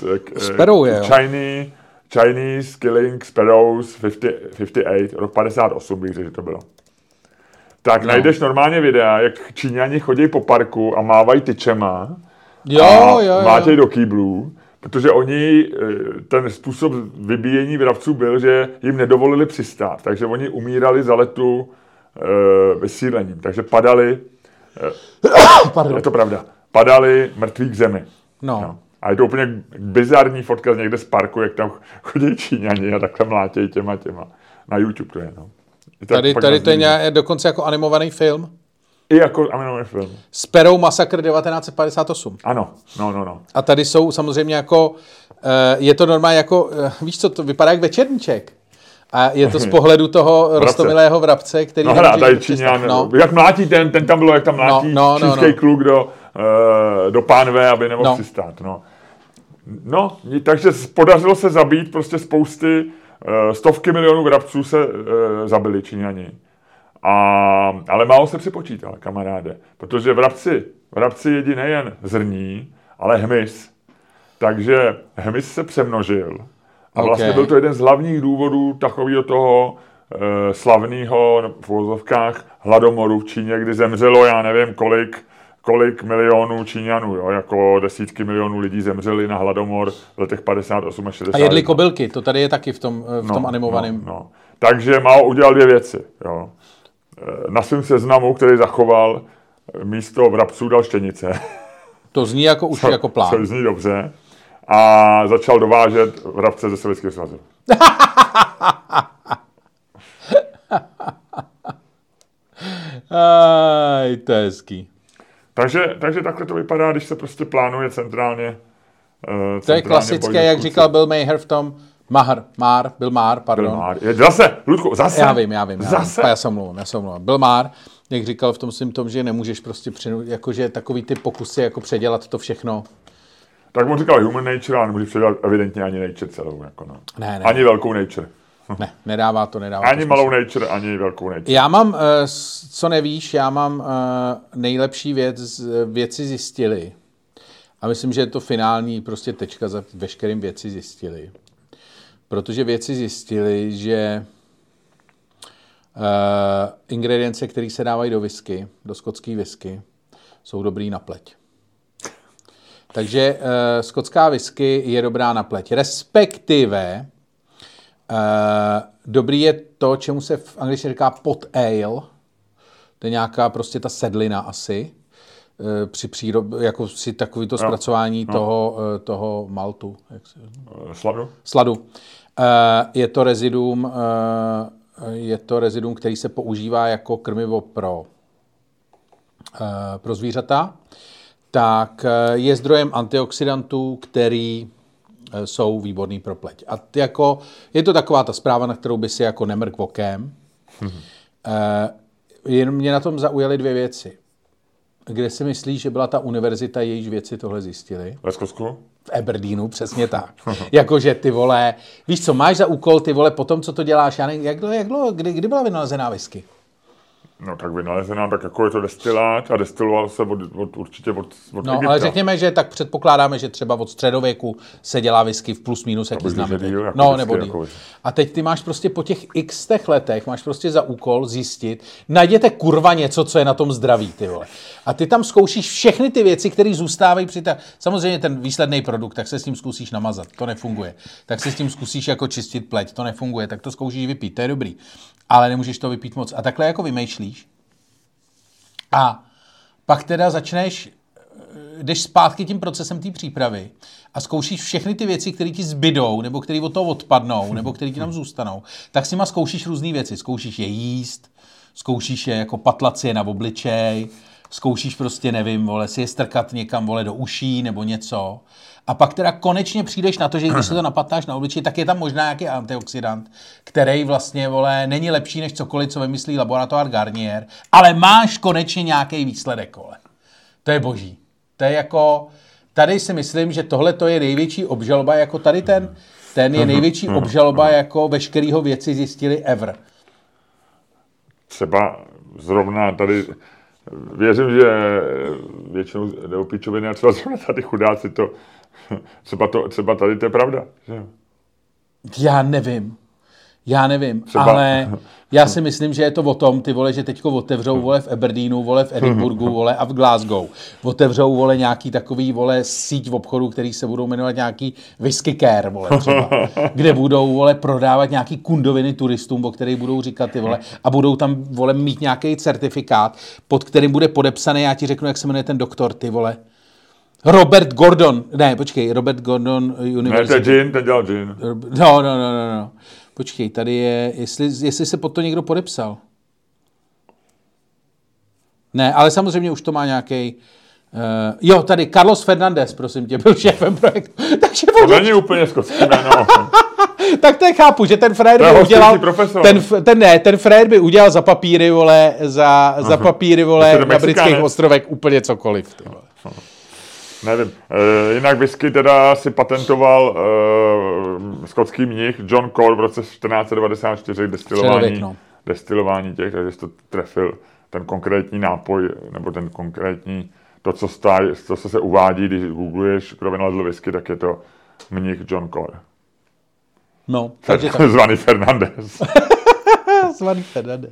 Chinese Killing Sparrows 58, rok 58 bych řekl, že to bylo. Tak najdeš normálně videa, jak Číňani chodí po parku a mávají tyčema a mlátějí do kýblů, protože oni, ten způsob vybíjení vrabců byl, že jim nedovolili přistát, takže oni umírali za letu vysílením, takže padali, je to pravda, padali mrtví k zemi. No. A je to úplně bizarní fotka z někde z parku, jak tam chodí Číňani a takhle mlátějí těma. Na YouTube to je, no. Tady to je dokonce jako animovaný film. I jako animovaný film. Sparrow Masakr 1958. Ano, no. A tady jsou samozřejmě jako, je to normálně jako, víš co, to vypadá jak večerníček. A je to z pohledu toho roztomilého vrabce, který... No hra, tady Číňan, jak mlátí ten tam bylo, jak tam mlátí čínský kluk do pánve, aby nemohl přistát, No, takže podařilo se zabít prostě spousty, stovky milionů vrabců se zabili Číňani. Ale málo se připočítal, kamaráde, protože vrabci jedí nejen zrní, ale hmyz. Takže hmyz se přemnožil. A vlastně byl to jeden z hlavních důvodů takového toho slavného v uvozovkách hladomoru v Číně, kdy zemřelo, já nevím kolik milionů Číňanů, jo? Jako desítky milionů lidí zemřeli na hladomor v letech 58 a 60. A jedli kobylky, to tady je taky v tom animovaném. No. Takže Mao udělal 2 věci. Jo? Na svém seznamu, který zachoval, místo vrabců dal štěnice. To zní jako už jako plán. To zní dobře. A začal dovážet vrabce ze Sovětského svazu. To je hezký. Takže takhle to vypadá, když se prostě plánuje centrálně. To je klasické, jak říkal Bill Maher v tom, Bill Maher, pardon. Zase, Ludku, zase. Já vím. Zase. Já se omlouvám. Bill Maher, jak říkal v tom svým tom, že nemůžeš prostě jakože takový ty pokusy jako předělat to všechno. Tak on říkal human nature, ale nemůže předělat evidentně ani nature celou. Jako no. Ne. Ani velkou nature. Ne, nedává to ani to malou nature, ani velkou nature. Já mám, co nevíš, nejlepší věci zjistili. A myslím, že je to finální prostě tečka za veškerým věci zjistili. Protože věci zjistili, že ingredience, které se dávají do whisky, do skotské whisky, jsou dobrý na pleť. Takže skotská whisky je dobrá na pleť. Respektive dobrý je to, čemu se v angličtině říká pot ale. To je nějaká prostě ta sedlina asi. Při jako si takovýto zpracování toho maltu. Sladu. Je to reziduum, který se používá jako krmivo pro zvířata. Tak je zdrojem antioxidantů, který jsou výborný pro pleť. A je to taková ta zpráva, na kterou by si jako nemrk okem. Jen mě na tom zaujaly 2 věci. Kde si myslíš, že byla ta univerzita, jejíž věci tohle zjistili? Ve Skotsku? V Aberdeenu, přesně tak. Jakože ty vole, víš co, máš za úkol, ty vole, potom, co to děláš, já nevím, kdy byla vynalezená whisky? No tak vynalezená, tak jako je to destilát a destiloval se určitě od Egypta. Ale řekněme, že tak předpokládáme, že třeba od středověku se dělá whisky v plus minus, jak známe. Nebo díl. A teď ty máš prostě po těch x letech, máš prostě za úkol zjistit, najděte kurva něco, co je na tom zdraví, ty vole. A ty tam zkoušíš všechny ty věci, které zůstávají při samozřejmě ten výsledný produkt, tak se s tím zkusíš namazat, to nefunguje. Tak se s tím zkusíš jako čistit pleť, to nefunguje, tak to zkoušíš vypít, to je dobrý. Ale nemůžeš to vypít moc. A takhle jako vymýšlíš. A pak teda jdeš zpátky tím procesem té přípravy a zkoušíš všechny ty věci, které ti zbydou, nebo které od toho odpadnou, nebo které ti tam zůstanou, tak s nima zkoušíš různé věci. Zkoušíš je jíst, zkoušíš je jako patlat si je na obličej, zkoušíš prostě, nevím, vole, si je strkat někam, vole, do uší nebo něco. A pak teda konečně přijdeš na to, že když se to napatláš na obličej, tak je tam možná nějaký antioxidant, který vlastně, vole, není lepší než cokoliv, co vymyslí laboratoř Garnier, ale máš konečně nějaký výsledek, vole. To je boží. To je jako, tady si myslím, že tohle to je největší obžaloba, jako tady ten je největší obžaloba, jako veškerýho věci zjistili ever. Třeba zrovna tady, věřím, že většinou jde o pičoviny a třeba zrovna tady chudáci to, třeba tady to je pravda. Že? Já nevím, ale já si myslím, že je to o tom, ty vole, že teďko otevřou, vole, v Aberdeenu, vole, v Edinburghu, vole, a v Glasgow. Otevřou, vole, nějaký takový, vole, síť v obchodu, který se budou jmenovat nějaký whisky care, vole, třeba. Kde budou, vole, prodávat nějaký kundoviny turistům, o kterých budou říkat, ty vole, a budou tam, vole, mít nějaký certifikát, pod kterým bude podepsaný, já ti řeknu, jak se jmenuje ten doktor, ty vole. Robert Gordon University. Ne, to je gin, ten dělal gin. No. Počkej, tady je, jestli se pod to někdo podepsal. Ne, ale samozřejmě už to má nějaký. Jo, tady Carlos Fernandez, prosím tě, byl šéfem projektu. Takže to není úplně skotský jméno. Tak to chápu, že ten frajer by udělal, ten frajer by udělal za papíry, vole, za papíry, vole, na britských ostrovech úplně cokoliv. Ty vole. Nevím. Jinak whisky teda si patentoval skotský mnich John Core v roce 1494 destilování těch, takže jsi to trefil ten konkrétní nápoj, nebo ten konkrétní, to, co se uvádí, když googluješ, kdo vynalezl whisky, tak je to mnich John Core. No, takže zvaný Fernandez. Zvaný Fernandez.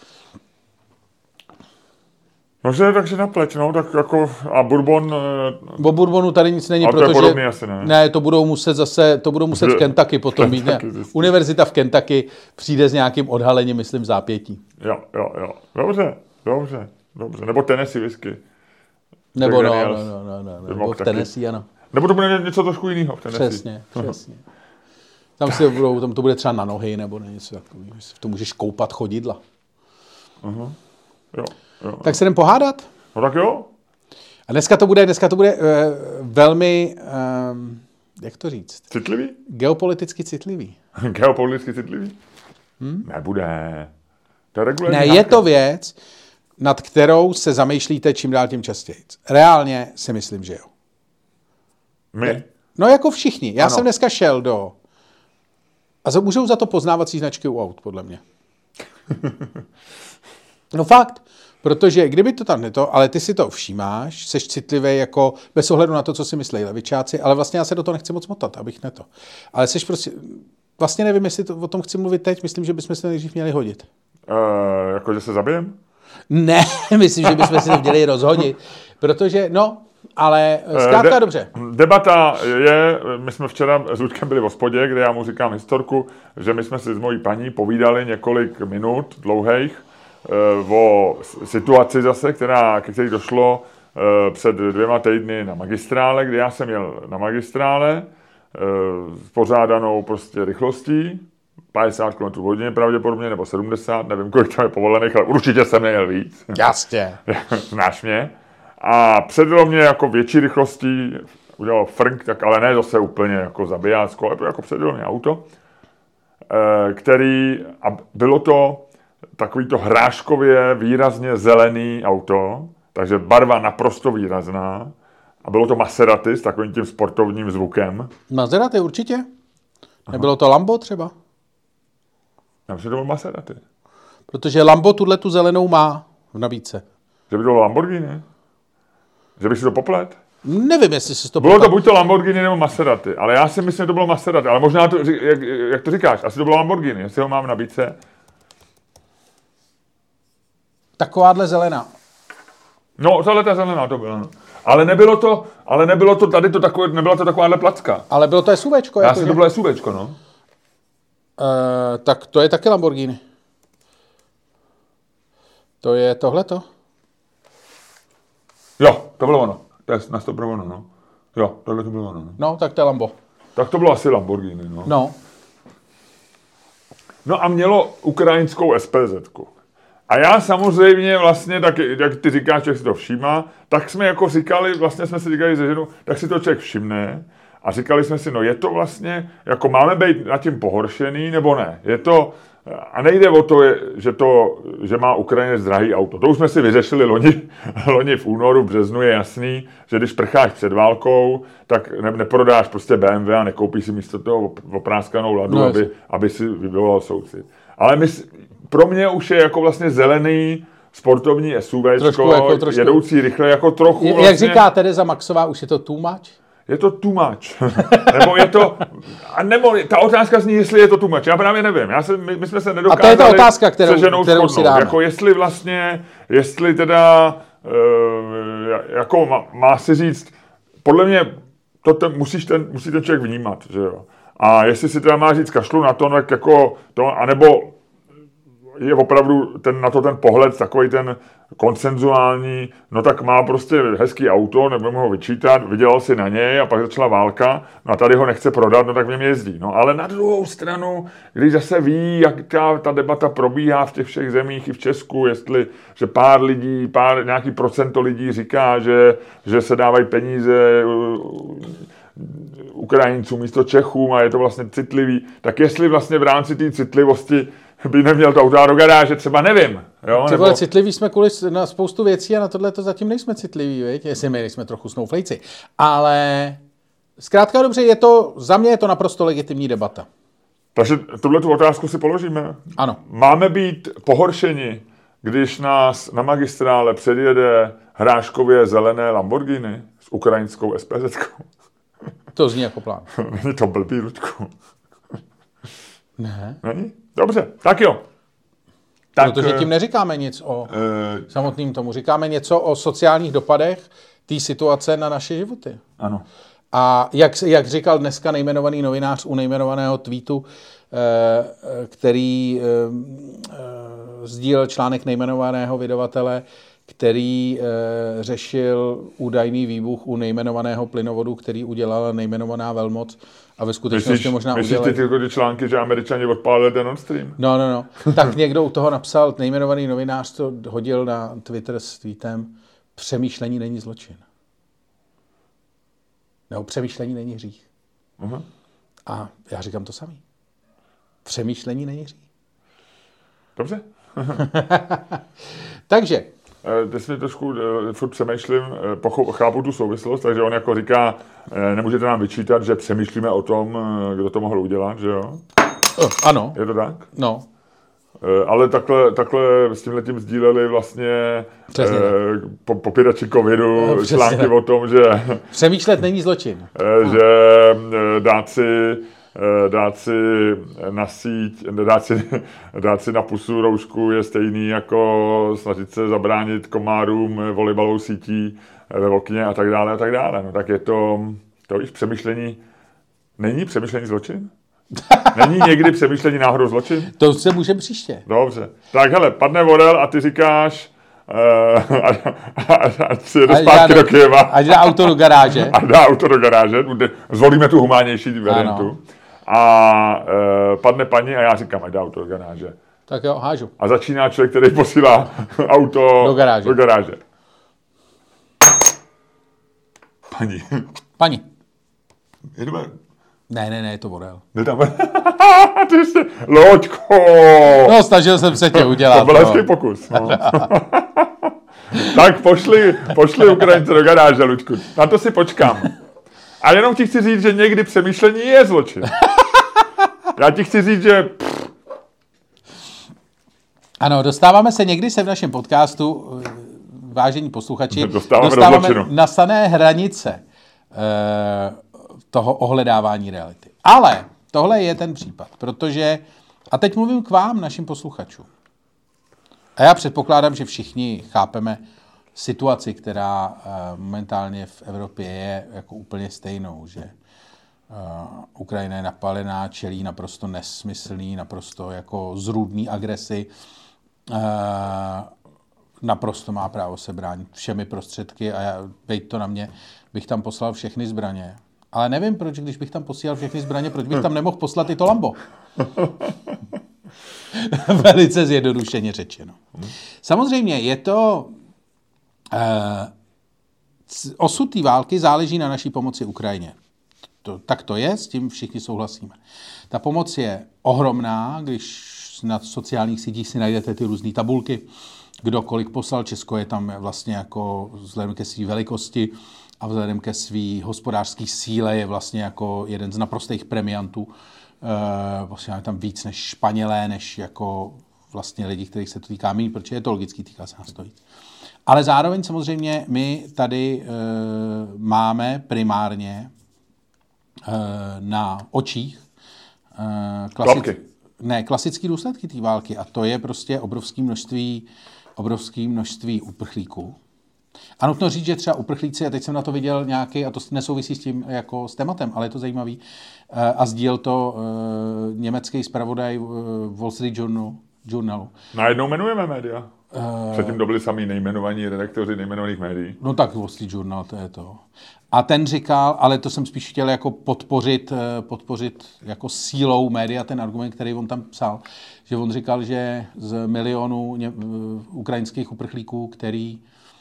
No, takže napleč, no, tak jako, a Bourbon... O Bourbonu tady nic není, protože... podobný asi, ne? Ne, to budou muset v Kentucky potom mít, ne? Univerzita v Kentucky přijde s nějakým odhalením, myslím, v zápětí. Jo. Dobře. Nebo Tennessee whisky. Nebo nebo v Tennessee, ano. Nebo to bude něco trošku jiného v Tennessee. Přesně. Tam to bude třeba na nohy, nebo něco takového. To můžeš koupat chodidla. Jo. Tak se jdem pohádat? No tak jo. A dneska to bude velmi, jak to říct? Citlivý? Geopoliticky citlivý. Geopoliticky citlivý? Nebude. To je regulární. Ne, je to věc, nad kterou se zamýšlíte čím dál tím častěji. Reálně si myslím, že jo. My? No jako všichni. Já jsem dneska šel do... A můžou za to poznávací značky u aut, podle mě. No fakt. Protože kdyby to tam neto, ale ty si to všímáš, seš citlivý jako bez ohledu na to, co si myslí levičáci, ale vlastně já se do toho nechci moc motat, abych neto. Ale seš prostě, vlastně nevím, jestli o tom chci mluvit teď, myslím, že bychom se nejdřív měli hodit. Jako, že se zabijem? Ne, myslím, že bychom si to měli rozhodit, protože, no, ale zkrátka dobře. Debata je, my jsme včera s Luďkem byli v hospodě, kde já mu říkám historku, že my jsme si s mojí paní povídali několik minut dlouhých, o situaci zase, ke které došlo před 2 týdny na magistrále, kdy já jsem jel na magistrále s pořádanou prostě rychlostí, 50 km/h pravděpodobně, nebo 70, nevím, kolik tam je povolených, ale určitě jsem nejel víc. Jasně. Znáš mě. A předjelo mě jako větší rychlostí, udělal frnk, tak ale ne zase úplně jako zabijácko, ale jako předjelo mě auto, a bylo to takový to hráškově výrazně zelený auto, takže barva naprosto výrazná. A bylo to Maserati s takovým tím sportovním zvukem. Maserati určitě? Nebylo to Lambo třeba? Já myslím, že to byl Maserati. Protože Lambo tu zelenou má v nabídce. Že by to bylo Lamborghini? Že bych si to poplet? Nevím, jestli si to bylo to buď to Lamborghini nebo Maserati, ale já si myslím, že to bylo Maserati. Ale možná, jak to říkáš, asi to bylo Lamborghini, jestli ho mám v nabídce. Takováhle zelená. No, ta zelená to byla. Ale nebylo to tady to takové, nebyla to takováhle placka. Ale bylo to SUVčko. Já si to bylo SUVčko, no. Tak to je taky Lamborghini. To je tohleto. Jo, to bylo ono. To je na 100% ono, no. Jo, tohle to bylo ono. No. No, tak to je Lambo. Tak to bylo asi Lamborghini, no. No. No a mělo ukrajinskou SPZ-ku. A já samozřejmě vlastně, tak jak ty říkáš, že si to všímá, tak jsme jako říkali, vlastně jsme si říkali se ženou, tak si to člověk všimne a říkali jsme si, no je to vlastně, jako máme být nad tím pohoršený, nebo ne? Je to, a nejde o to, že má Ukrajinec drahý auto. To už jsme si vyřešili loni v únoru, v březnu, je jasný, že když prcháš před válkou, tak neprodáš prostě BMW a nekoupíš si místo toho opráskanou Ladu, no, aby si vyvolal soucit. Ale pro mě už je jako vlastně zelený sportovní SUVčko, jako jedoucí rychle, jako trochu jak vlastně... říká Tereza Maxová, už je to too much? Je to too much. Nebo je to... Nebo ta otázka zní, jestli je to too much. Já právě nevím. My jsme se nedokázali... A to je ta otázka, kterou si dáme. Jako jestli teda... jako má si říct... Podle mě musí ten člověk vnímat, že jo. A jestli si teda má říct kašlu na to, tak jako to, anebo je opravdu na to ten pohled takový ten konsenzuální, no tak má prostě hezký auto, nebudeme ho vyčítat, vydělal si na něj a pak začala válka, no a tady ho nechce prodat, no tak v něm jezdí. No ale na druhou stranu, když zase ví, jak ta debata probíhá v těch všech zemích i v Česku, že nějaký procento lidí říká, že se dávají peníze Ukrajincům místo Čechům a je to vlastně citlivý, tak jestli vlastně v rámci té citlivosti by neměl to auto do garáže, třeba nevím. Jo? Ty vole, citliví jsme kvůli na spoustu věcí a na tohle to zatím nejsme citliví, viď? Jestli my nejsme trochu snowflakeci. Ale zkrátka dobře, za mě je to naprosto legitimní debata. Takže tuhletu otázku si položíme. Ano. Máme být pohoršeni, když nás na magistrále předjede hráškově zelené Lamborghini s ukrajinskou SPZ-kou? To zní jako plán. Není to blbý, Luďku. Ne. Není? Dobře, tak jo. Protože tím neříkáme nic o samotným tomu. Říkáme něco o sociálních dopadech té situace na naše životy. Ano. A jak říkal dneska nejmenovaný novinář u nejmenovaného tweetu, který sdílel článek nejmenovaného vydavatele, který řešil údajný výbuch u nejmenovaného plynovodu, který udělala nejmenovaná velmoc a ve skutečnosti možná udělala... Myslíš ty články, že Američani odpálili ten Nord Stream? No. Tak někdo u toho napsal, nejmenovaný novinář to hodil na Twitter s tweetem, přemýšlení není zločin. Nebo přemýšlení není hřích. Uh-huh. A já říkám to samý. Přemýšlení není hřích. Dobře. Takže. Teď si trošku furt přemýšlím, chápu tu souvislost, takže on jako říká, nemůžete nám vyčítat, že přemýšlíme o tom, kdo to mohl udělat, že jo? Ano. Je to tak? No. Ale takhle s tímhletím sdíleli vlastně popírači covidu články o tom, že... Přemýšlet není zločin. Že dát si na pusu roušku je stejný jako snažit se zabránit komárům volejbalovou sítí ve okně a tak dále. No tak je to víš, přemýšlení. Není přemýšlení zločin? Není někdy přemýšlení náhodou zločin? To se může příště. Dobře. Tak hele, padne Vorel a ty říkáš ať si jede zpátky do Kyjeva. Ať dá auto do garáže. A dá auto do garáže. Zvolíme tu humánnější variantu. Ano. A padne paní a já říkám, ať dá auto do garáže. Tak jo, hážu. A začíná člověk, který posílá auto do garáže. Paní. Jedeme. Ne, je to Vorel. Ty jsi, Loďko. No, snažil jsem se tě udělat. To byl hezký pokus. No. Tak pošli Ukrajince do garáže, Luďku. Na to si počkám. A jenom ti chci říct, že někdy přemýšlení je zločin. Já ti chci říct, že... Ano, dostáváme se někdy v našem podcastu, vážení posluchači, dostáváme na sané hranice toho ohledávání reality. Ale tohle je ten případ, protože, a teď mluvím k vám, našim posluchačům. A já předpokládám, že všichni chápeme situaci, která momentálně v Evropě je jako úplně stejnou, že Ukrajina je napálená, čelí naprosto nesmyslný, naprosto jako zrůdný agresi naprosto má právo se bránit všemi prostředky a bejt to na mě, bych tam poslal všechny zbraně. Ale nevím, proč, když bych tam posílal všechny zbraně, proč bych tam nemohl poslat i to Lambo. Velice zjednodušeně řečeno. Samozřejmě je to... osud té války záleží na naší pomoci Ukrajině. Tak to je, s tím všichni souhlasíme. Ta pomoc je ohromná, když na sociálních sítích si najdete ty různé tabulky, kdo kolik poslal. Česko je tam vlastně jako vzhledem ke své velikosti a vzhledem ke své hospodářské síle je vlastně jako jeden z naprostých premiantů. Vlastně tam víc než Španělé, než jako vlastně lidi, kterých se to týká méně, protože je to logický, týká se nás to víc. Ale zároveň samozřejmě my tady máme primárně na očích klasické důsledky té války a to je prostě obrovské množství uprchlíků. A nutno říct, že třeba uprchlíci, a teď jsem na to viděl nějaký, a to nesouvisí s tím jako s tématem, ale je to zajímavý, a sdílel to německý zpravodaj Wall Street Journalu. Najednou jmenujeme média. Předtím to byli sami nejmenovaní redaktoři nejmenovaných médií. No tak Wall Street Journal, to je to. A ten říkal, ale to jsem spíš chtěl jako podpořit jako sílou média ten argument, který on tam psal, že on říkal, že z milionů ukrajinských uprchlíků, který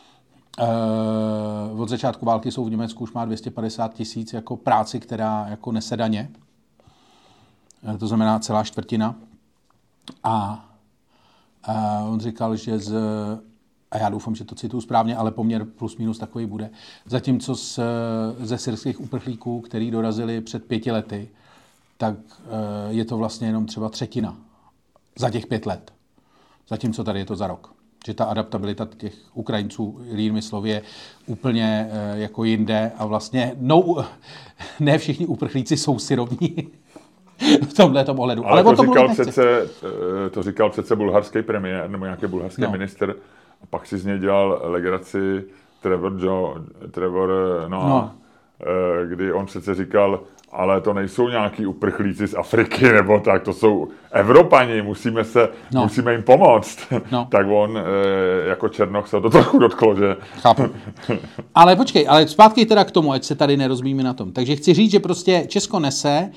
od začátku války jsou v Německu, už má 250 000 jako práci, která jako nese daně. To znamená celá čtvrtina. A on říkal, že a já doufám, že to cituju správně, ale poměr plus minus takový bude. Zatímco ze syrských uprchlíků, který dorazili před 5 lety, tak je to vlastně jenom třeba třetina za těch 5 let. Zatímco tady je to za rok. Že ta adaptabilita těch Ukrajinců, jinými slovy, je úplně jako jinde a vlastně ne všichni uprchlíci jsou si rovní v tomhletom ohledu. Ale to říkal přece bulharský premiér nebo nějaký bulharský ministr a pak si z něj dělal legraci Trevor kdy on přece říkal, ale to nejsou nějaký uprchlíci z Afriky nebo tak, to jsou Evropani, musíme jim pomoct. Tak on jako Černoch se to trochu dotklo, že? Chápu. Ale počkej, ale zpátky teda k tomu, ať se tady nerozumíme na tom. Takže chci říct, že prostě Česko nese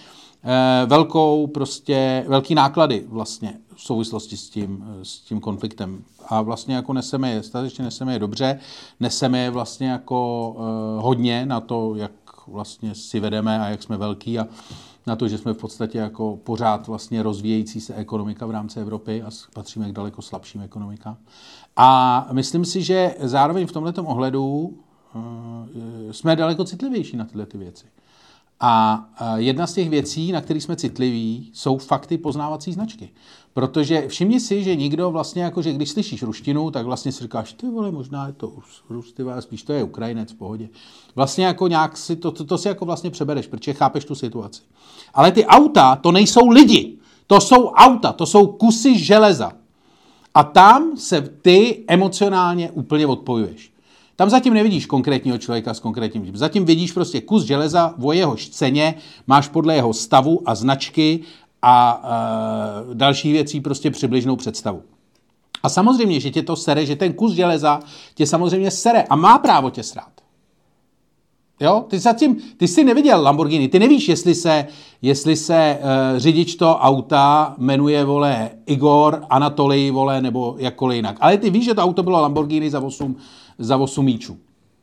velký náklady vlastně v souvislosti s tím konfliktem. A vlastně jako neseme je dobře, neseme je vlastně jako hodně na to, jak vlastně si vedeme a jak jsme velký a na to, že jsme v podstatě jako pořád vlastně rozvíjející se ekonomika v rámci Evropy a patříme k daleko slabším ekonomikám. A myslím si, že zároveň v tomhletom ohledu jsme daleko citlivější na tyhle ty věci. A jedna z těch věcí, na které jsme citliví, jsou fakty poznávací značky. Protože všimni si, že nikdo vlastně, jako, že když slyšíš ruštinu, tak vlastně si říkáš, ty vole, možná je to Rus, spíš to je Ukrajinec, v pohodě. Vlastně jako nějak si to si jako vlastně přebereš, protože chápeš tu situaci. Ale ty auta, to nejsou lidi. To jsou auta, to jsou kusy železa. A tam se ty emocionálně úplně odpojuješ. Tam zatím nevidíš konkrétního člověka s konkrétním tím. Zatím vidíš prostě kus železa, o jehož ceně, máš podle jeho stavu a značky a další věcí prostě přibližnou představu. A samozřejmě, že tě to sere, že ten kus železa tě samozřejmě sere a má právo tě srát. Jo? Ty jsi neviděl Lamborghini, ty nevíš, jestli se řidič toho auta jmenuje, vole, Igor, Anatolij, vole, nebo jakkoliv jinak. Ale ty víš, že to auto bylo Lamborghini za 8 míčů.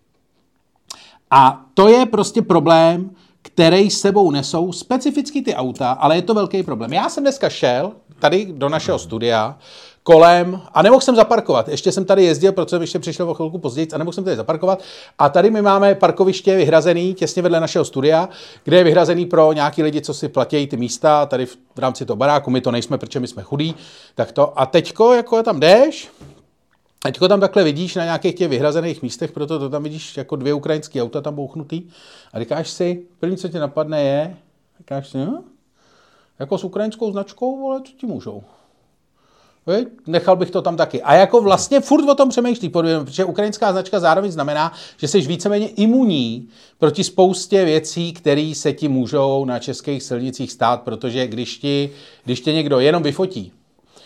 A to je prostě problém, který s sebou nesou specificky ty auta, ale je to velký problém. Já jsem dneska šel tady do našeho studia kolem a nemohl jsem zaparkovat. Ještě jsem tady jezdil, protože jsem ještě přišel o chvilku později a nemohl jsem tady zaparkovat. A tady my máme parkoviště vyhrazený těsně vedle našeho studia, kde je vyhrazený pro nějaký lidi, co si platí ty místa tady v rámci toho baráku. My to nejsme, protože my jsme chudí. Tak to. A teďko, jako tam jdeš, teďko tam takhle vidíš na nějakých těch vyhrazených místech, proto to tam vidíš jako 2 ukrajinský auta tam bouchnutý. A říkáš si, první, co tě napadne je, říkáš si, jako s ukrajinskou značkou, vole, co ti můžou? Nechal bych to tam taky. A jako vlastně furt o tom přemýšlí, protože ukrajinská značka zároveň znamená, že jsi víceméně imunní proti spoustě věcí, které se ti můžou na českých silnicích stát, protože když tě někdo jenom vyfotí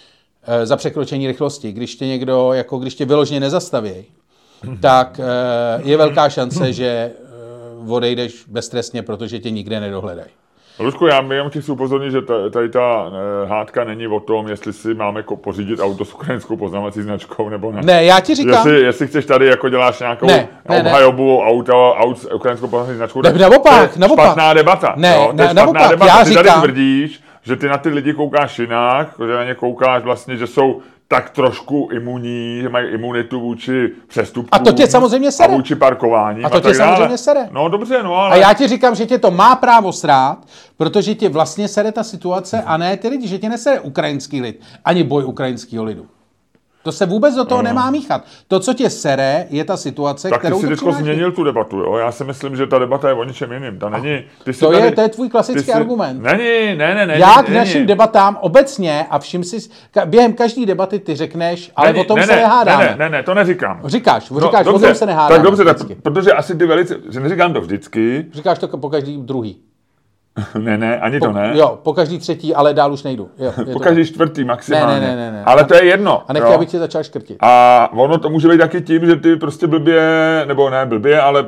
za překročení rychlosti. Když tě někdo, jako když tě vyloženě nezastaví, tak je velká šance, že odejdeš beztrestně, protože tě nikde nedohledají. Luďku, já jenom chci upozornit, že tady ta hádka není o tom, jestli si máme pořídit auto s ukrajinskou poznávací značkou nebo ne. Ne, já ti říkám... Jestli chceš tady jako děláš nějakou obhajobu aut s ukrajinskou poznávací značkou, naopak. Špatná debata. Naopak, já ty říkám... tady tvrdíš, že ty na ty lidi koukáš jinak, že na ně koukáš vlastně, že jsou tak trošku imunní, že mají imunitu vůči přestupkům. A to tě samozřejmě sere. A vůči parkování. A to tě samozřejmě sere. No dobře, no ale... A já ti říkám, že tě to má právo srát, protože tě vlastně sere ta situace a ne ty lidi, že tě nesere ukrajinský lid, ani boj ukrajinského lidu. To se vůbec do toho nemá míchat. To, co tě sere, je ta situace, tak kterou... Tak ty jsi teďko změnil tu debatu, jo? Já si myslím, že ta debata je o něčem jiným. Ta není... To je tvůj klasický argument. Ne. Já k našim debatám obecně, a všim si... Během každé debaty ty řekneš, ale o tom se nehádáme. Ne, to neříkám. Říkáš, dobře, o tom se nehádáme. Tak dobře, protože asi ty velice... Že neříkám to vždycky. Říkáš to po každý druhý. Ne, ani to ne. Jo, po každý třetí, ale dál už nejdu. Jo, po každý čtvrtý maximálně. Ne. Ale to je jedno. A nechtěl, abych tě začal škrtit. A ono to může být taky tím, že ty prostě nebo ne blbě, ale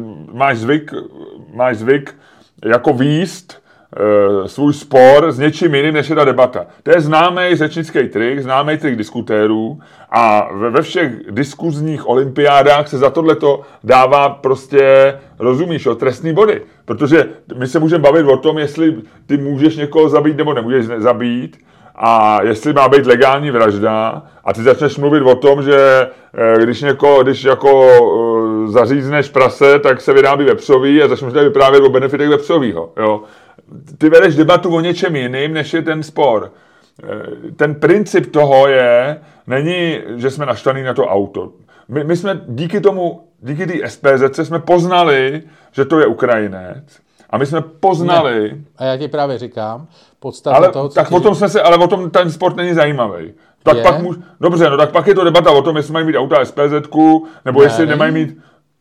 máš zvyk jako výst svůj spor s něčím jiným, než je ta debata. To je známý řečnický trik, známý trik diskutérů a ve všech diskuzních olympiádách se za tohleto dává prostě, rozumíš, trestný body. Protože my se můžeme bavit o tom, jestli ty můžeš někoho zabít nebo nemůžeš zabít a jestli má být legální vražda a ty začneš mluvit o tom, že když jako zařízneš prase, tak se vyrábí vepřový a začneš tady vyprávět o benefitech vepřovýho, jo. Ty vedeš debatu o něčem jiným, než je ten spor. Ten princip toho není, že jsme naštvaný na to auto. My jsme díky té SPZ jsme poznali, že to je Ukrajinec. A my jsme poznali... Ne. A já ti právě říkám, podstata toho, co tak o tom ale o tom ten sport není zajímavý. Tak pak dobře, tak pak je to debata o tom, jestli mají mít auta SPZ-ku, nebo jestli nemají mít...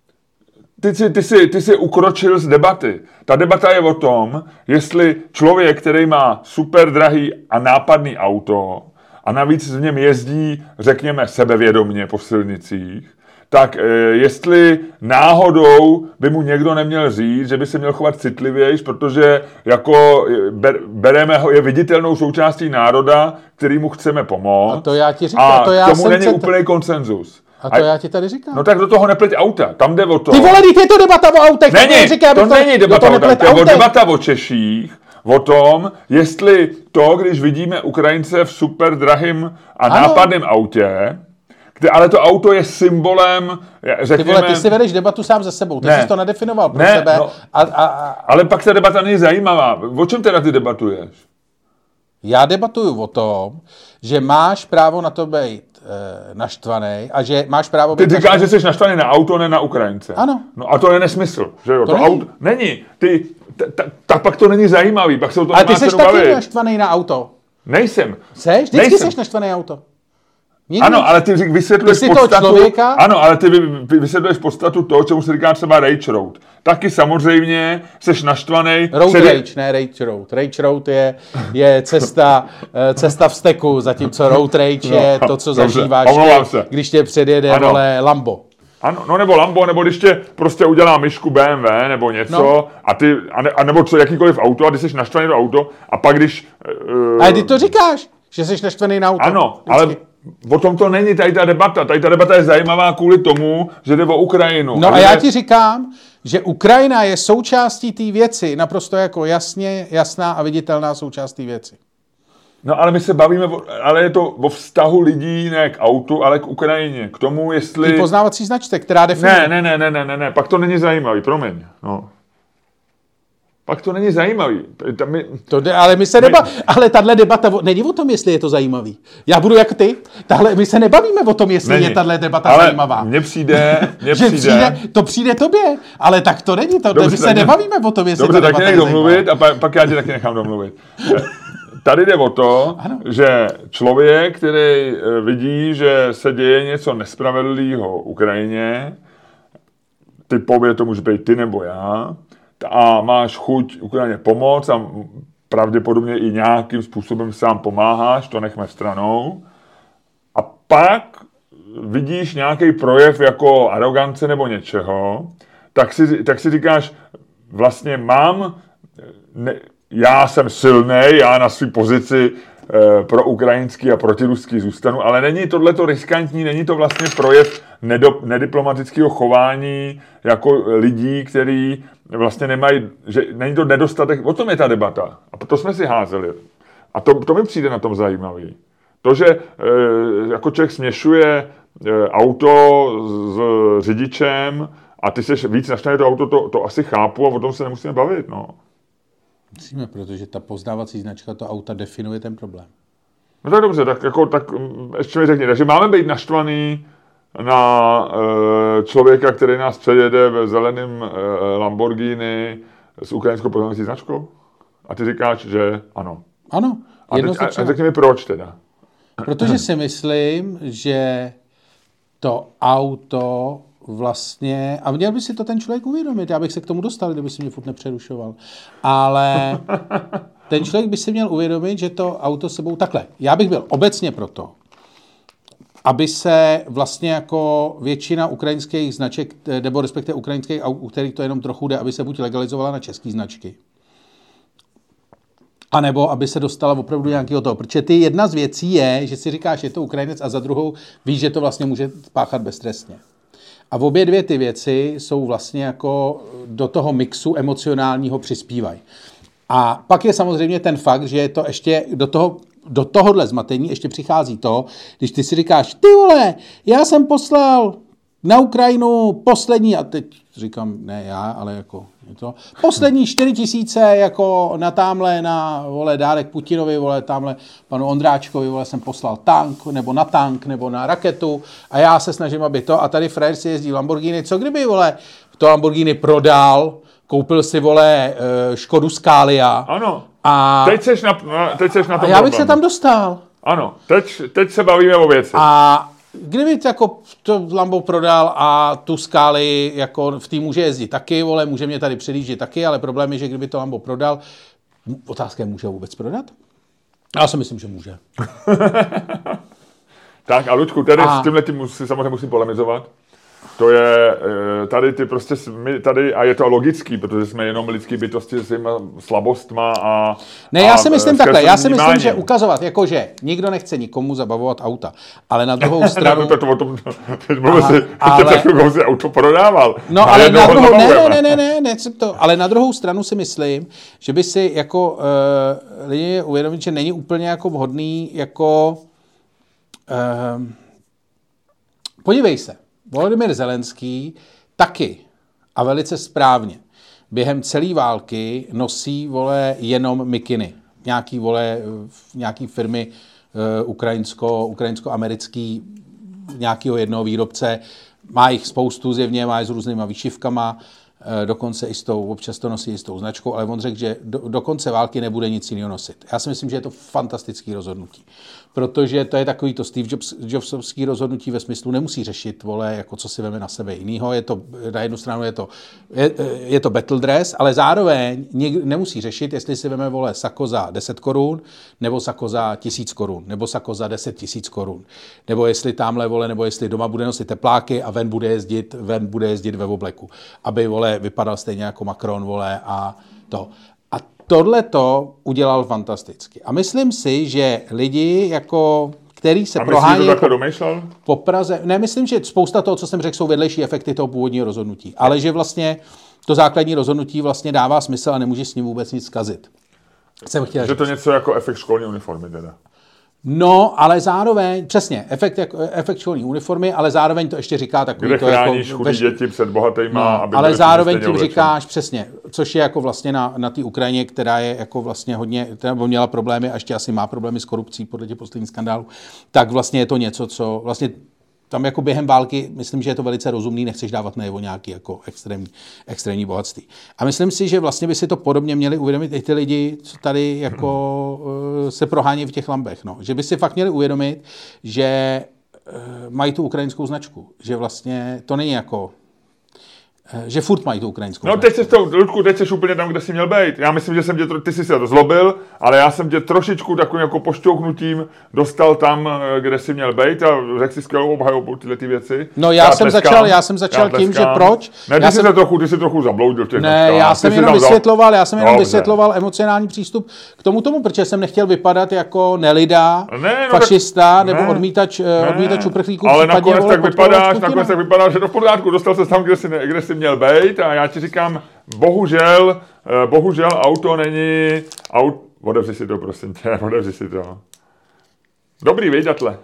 Ty jsi ukročil z debaty. Ta debata je o tom, jestli člověk, který má super drahý a nápadný auto a navíc v něm jezdí, řekněme, sebevědomně po silnicích, tak jestli náhodou by mu někdo neměl říct, že by se měl chovat citlivějš, protože jako bereme ho, je viditelnou součástí národa, kterýmu chceme pomoct. A to já ti říkám, a tomu není úplný konsenzus. A to já ti tady říkám. No tak do toho nepleť auta, tam jde o to. Ty vole, je to debata o autech. Není debata o autech, to je debata o Češích, o tom, jestli to, když vidíme Ukrajince v super drahým a nápadném autě, ale to auto je symbolem, řekněme... Ty vole, ty si vedeš debatu sám ze sebou, ty jsi to nadefinoval pro sebe. No, ale pak ta debata není zajímavá. O čem teda ty debatuješ? Já debatuju o tom, že máš právo na to být naštvaný a že máš právo být... Ty říkáš, že jsi naštvaný na auto, ne na Ukrajince. Ano. No a to je nesmysl, že jo? To není. Auto není. Tak pak to není zajímavý, pak se o tom ale nemá ty jsi taky naštvaný na auto. Nejsem. Vždycky jsi naštvaný na auto. Nikdy. Ano, ale ty vysvětluješ podstatu... Ano, ale ty vysvětluješ podstatu toho, čemu se říká třeba Rage Road. Taky samozřejmě seš naštvaný... Rage, ne Rage Road. Rage Road je cesta vzteku, zatímco Road Rage je to, co zažíváš, když tě předjede Lambo. Ano, no nebo Lambo, nebo když tě prostě udělá myšku BMW nebo něco, a nebo co, jakýkoliv auto a ty jsi naštvaný do auto a pak když... Ale ty to říkáš, že jsi naštvaný na auto. Ano, ale o tom to není tady ta debata. Tady ta debata je zajímavá kvůli tomu, že jde o Ukrajinu. No a já ti říkám, že Ukrajina je součástí té věci, naprosto jako jasná a viditelná součást té věci. No ale my se bavíme, ale je to o vztahu lidí ne k autu, ale k Ukrajině. K tomu, jestli... Ty poznávací značce, která definuje... Ne, pak to není zajímavý, promiň. No. Pak to není zajímavý. Ale tahle debata není o tom, jestli je to zajímavý. Já budu jak ty. My se nebavíme o tom, jestli je tahle debata zajímavá. Mně přijde. To přijde tobě, ale tak to není. My se nebavíme o tom, jestli dobře, tak nech domluvit a pak já tě taky nechám domluvit. Tady jde o to, že člověk, který vidí, že se děje něco nespravedlivého Ukrajině, typově to může být ty nebo já, a máš chuť Ukrajině pomoct a pravděpodobně i nějakým způsobem sám pomáháš, to nechme stranou, pak vidíš nějaký projev jako arogance nebo něčeho, tak si říkáš, vlastně já jsem silný, já na své pozici pro ukrajinský a protiruský zůstanu, ale není tohleto riskantní, není to vlastně projev nediplomatického chování jako lidí, který vlastně nemají, že není to nedostatek, o tom je ta debata. A to jsme si házeli. A to mi přijde na tom zajímavý. To, že jako člověk směšuje auto s řidičem a ty seš víc naštvaný to auto, to asi chápu a o tom se nemusíme bavit, no. Musíme, protože ta poznávací značka to auta definuje ten problém. No tak dobře, tak ještě mi řekni, takže máme být naštvaný na člověka, který nás přejede ve zeleném Lamborghini s ukrajinskou poznávací značkou? A ty říkáš, že ano. Ano. A řekni mi proč teda. Protože si myslím, že to auto vlastně, a měl by si to ten člověk uvědomit, já bych se k tomu dostal, kdyby si mě furt nepřerušoval, ale ten člověk by si měl uvědomit, že to auto sebou takhle. Já bych byl obecně proto, aby se vlastně jako většina ukrajinských značek, nebo respektive ukrajinských aut, u kterých to jenom trochu jde, aby se buď legalizovala na české značky, a nebo aby se dostala opravdu nějakého toho. Protože ty jedna z věcí je, že si říkáš, že je to Ukrajinec a za druhou víš, že to vlastně může páchat beztrestně. A v obě dvě ty věci jsou vlastně jako do toho mixu emocionálního přispívají. A pak je samozřejmě ten fakt, že je to ještě do tohohle zmatení ještě přichází to, když ty si říkáš, ty vole, já jsem poslal na Ukrajinu poslední, a teď říkám, ne já, ale jako je to, poslední 4 000 jako na tamhle, na vole, dárek Putinovi, vole, tamhle panu Ondráčkovi, vole, jsem poslal tank, nebo na raketu a já se snažím, aby to, a tady frajer si jezdí v Lamborghini, co kdyby, vole, to Lamborghini prodal, koupil si, vole, Škodu Scania. Ano, a teď seš na tom a já bych se tam dostal. Ano, teď se bavíme o věci. A kdyby jako to Lambo prodal a tu Skály jako v tým může jezdit taky, vole, může mě tady předjíždět taky, ale problém je, že kdyby to Lambo prodal, otázka je, může ho vůbec prodat? Já si myslím, že může. Tak a Luďku, tady s tímhle tím samozřejmě musím polemizovat. To je, tady, a je to logický, protože jsme jenom lidský bytosti s těma slabostma a... Ne, já si myslím takhle, já si myslím, že ukazovat, jakože nikdo nechce nikomu zabavovat auta, ale na druhou stranu... si auto prodával. No, ale na druhou, ale na druhou stranu si myslím, že by si jako lidi uvědomit, že není úplně jako vhodný, jako... podívej se. Volodymyr Zelenský taky a velice správně během celé války nosí, vole, jenom mikiny. Nějaký firmy ukrajinsko-americký, nějakého jednoho výrobce. Má jich spoustu zjevně, má je s různýma výšivkama, dokonce občas to nosí i s tou značkou, ale on řekl, že do konce války nebude nic jiného nosit. Já si myslím, že je to fantastické rozhodnutí. Protože to je takový to Steve Jobsovský rozhodnutí ve smyslu nemusí řešit, vole, jako co si veme na sebe jinýho. Je to, na jednu stranu je to battle dress, ale zároveň nemusí řešit, jestli si veme, vole, sako za 10 korun, nebo sako za 1000 korun, nebo sako za 10 000 korun. Nebo jestli tamhle, vole, nebo jestli doma bude nosit tepláky a ven bude jezdit ve obleku. Aby, vole, vypadal stejně jako Macron, vole, a to. Tohle to udělal fantasticky. A myslím si, že lidi, jako, který se prohání po Praze... Ne, myslím, že spousta toho, co jsem řekl, jsou vedlejší efekty toho původního rozhodnutí. Ale že vlastně to základní rozhodnutí vlastně dává smysl a nemůže s ním vůbec nic zkazit. Že to něco jako efekt školní uniformy teda. No, ale zároveň, přesně, efekt školní uniformy, ale zároveň to ještě říká takový... Kde chráníš jako, chudý děti před bohatýma, no, aby ale zároveň tím říkáš, přesně, což je jako vlastně na té Ukrajině, která je jako vlastně hodně, nebo měla problémy a ještě asi má problémy s korupcí podle těch posledních skandálů, tak vlastně je to něco, co vlastně tam jako během války, myslím, že je to velice rozumný, nechceš dávat najevo nějaký jako extrémní bohatství. A myslím si, že vlastně by si to podobně měli uvědomit i ty lidi, co tady jako se prohání v těch lambech. No. Že by si fakt měli uvědomit, že mají tu ukrajinskou značku. Že vlastně to není jako... Že furt mají tu ukrajinskou. No teď jsi úplně tam, kde jsi měl být. Já myslím, že jsem ty jsi se rozlobil, ale já jsem tě trošičku takovým jako pošťouknutím dostal tam, kde jsi měl být a řekl si skvělou obhajobu tyhle ty věci. No já jsem začal tím, že proč. Ne, ty jsi trochu zabloudil v těch já jsem jenom vysvětloval emocionální přístup k tomu, protože jsem nechtěl vypadat jako nelida, fašista nebo odmítač uprchlíků. Ale nakonec tak vypadá, že to v pořádku, dostal se tam, kde jsi měl být a já ti říkám, bohužel auto není... Odevři si to, prosím tě, odevři si to. Dobrý, viď, Atle?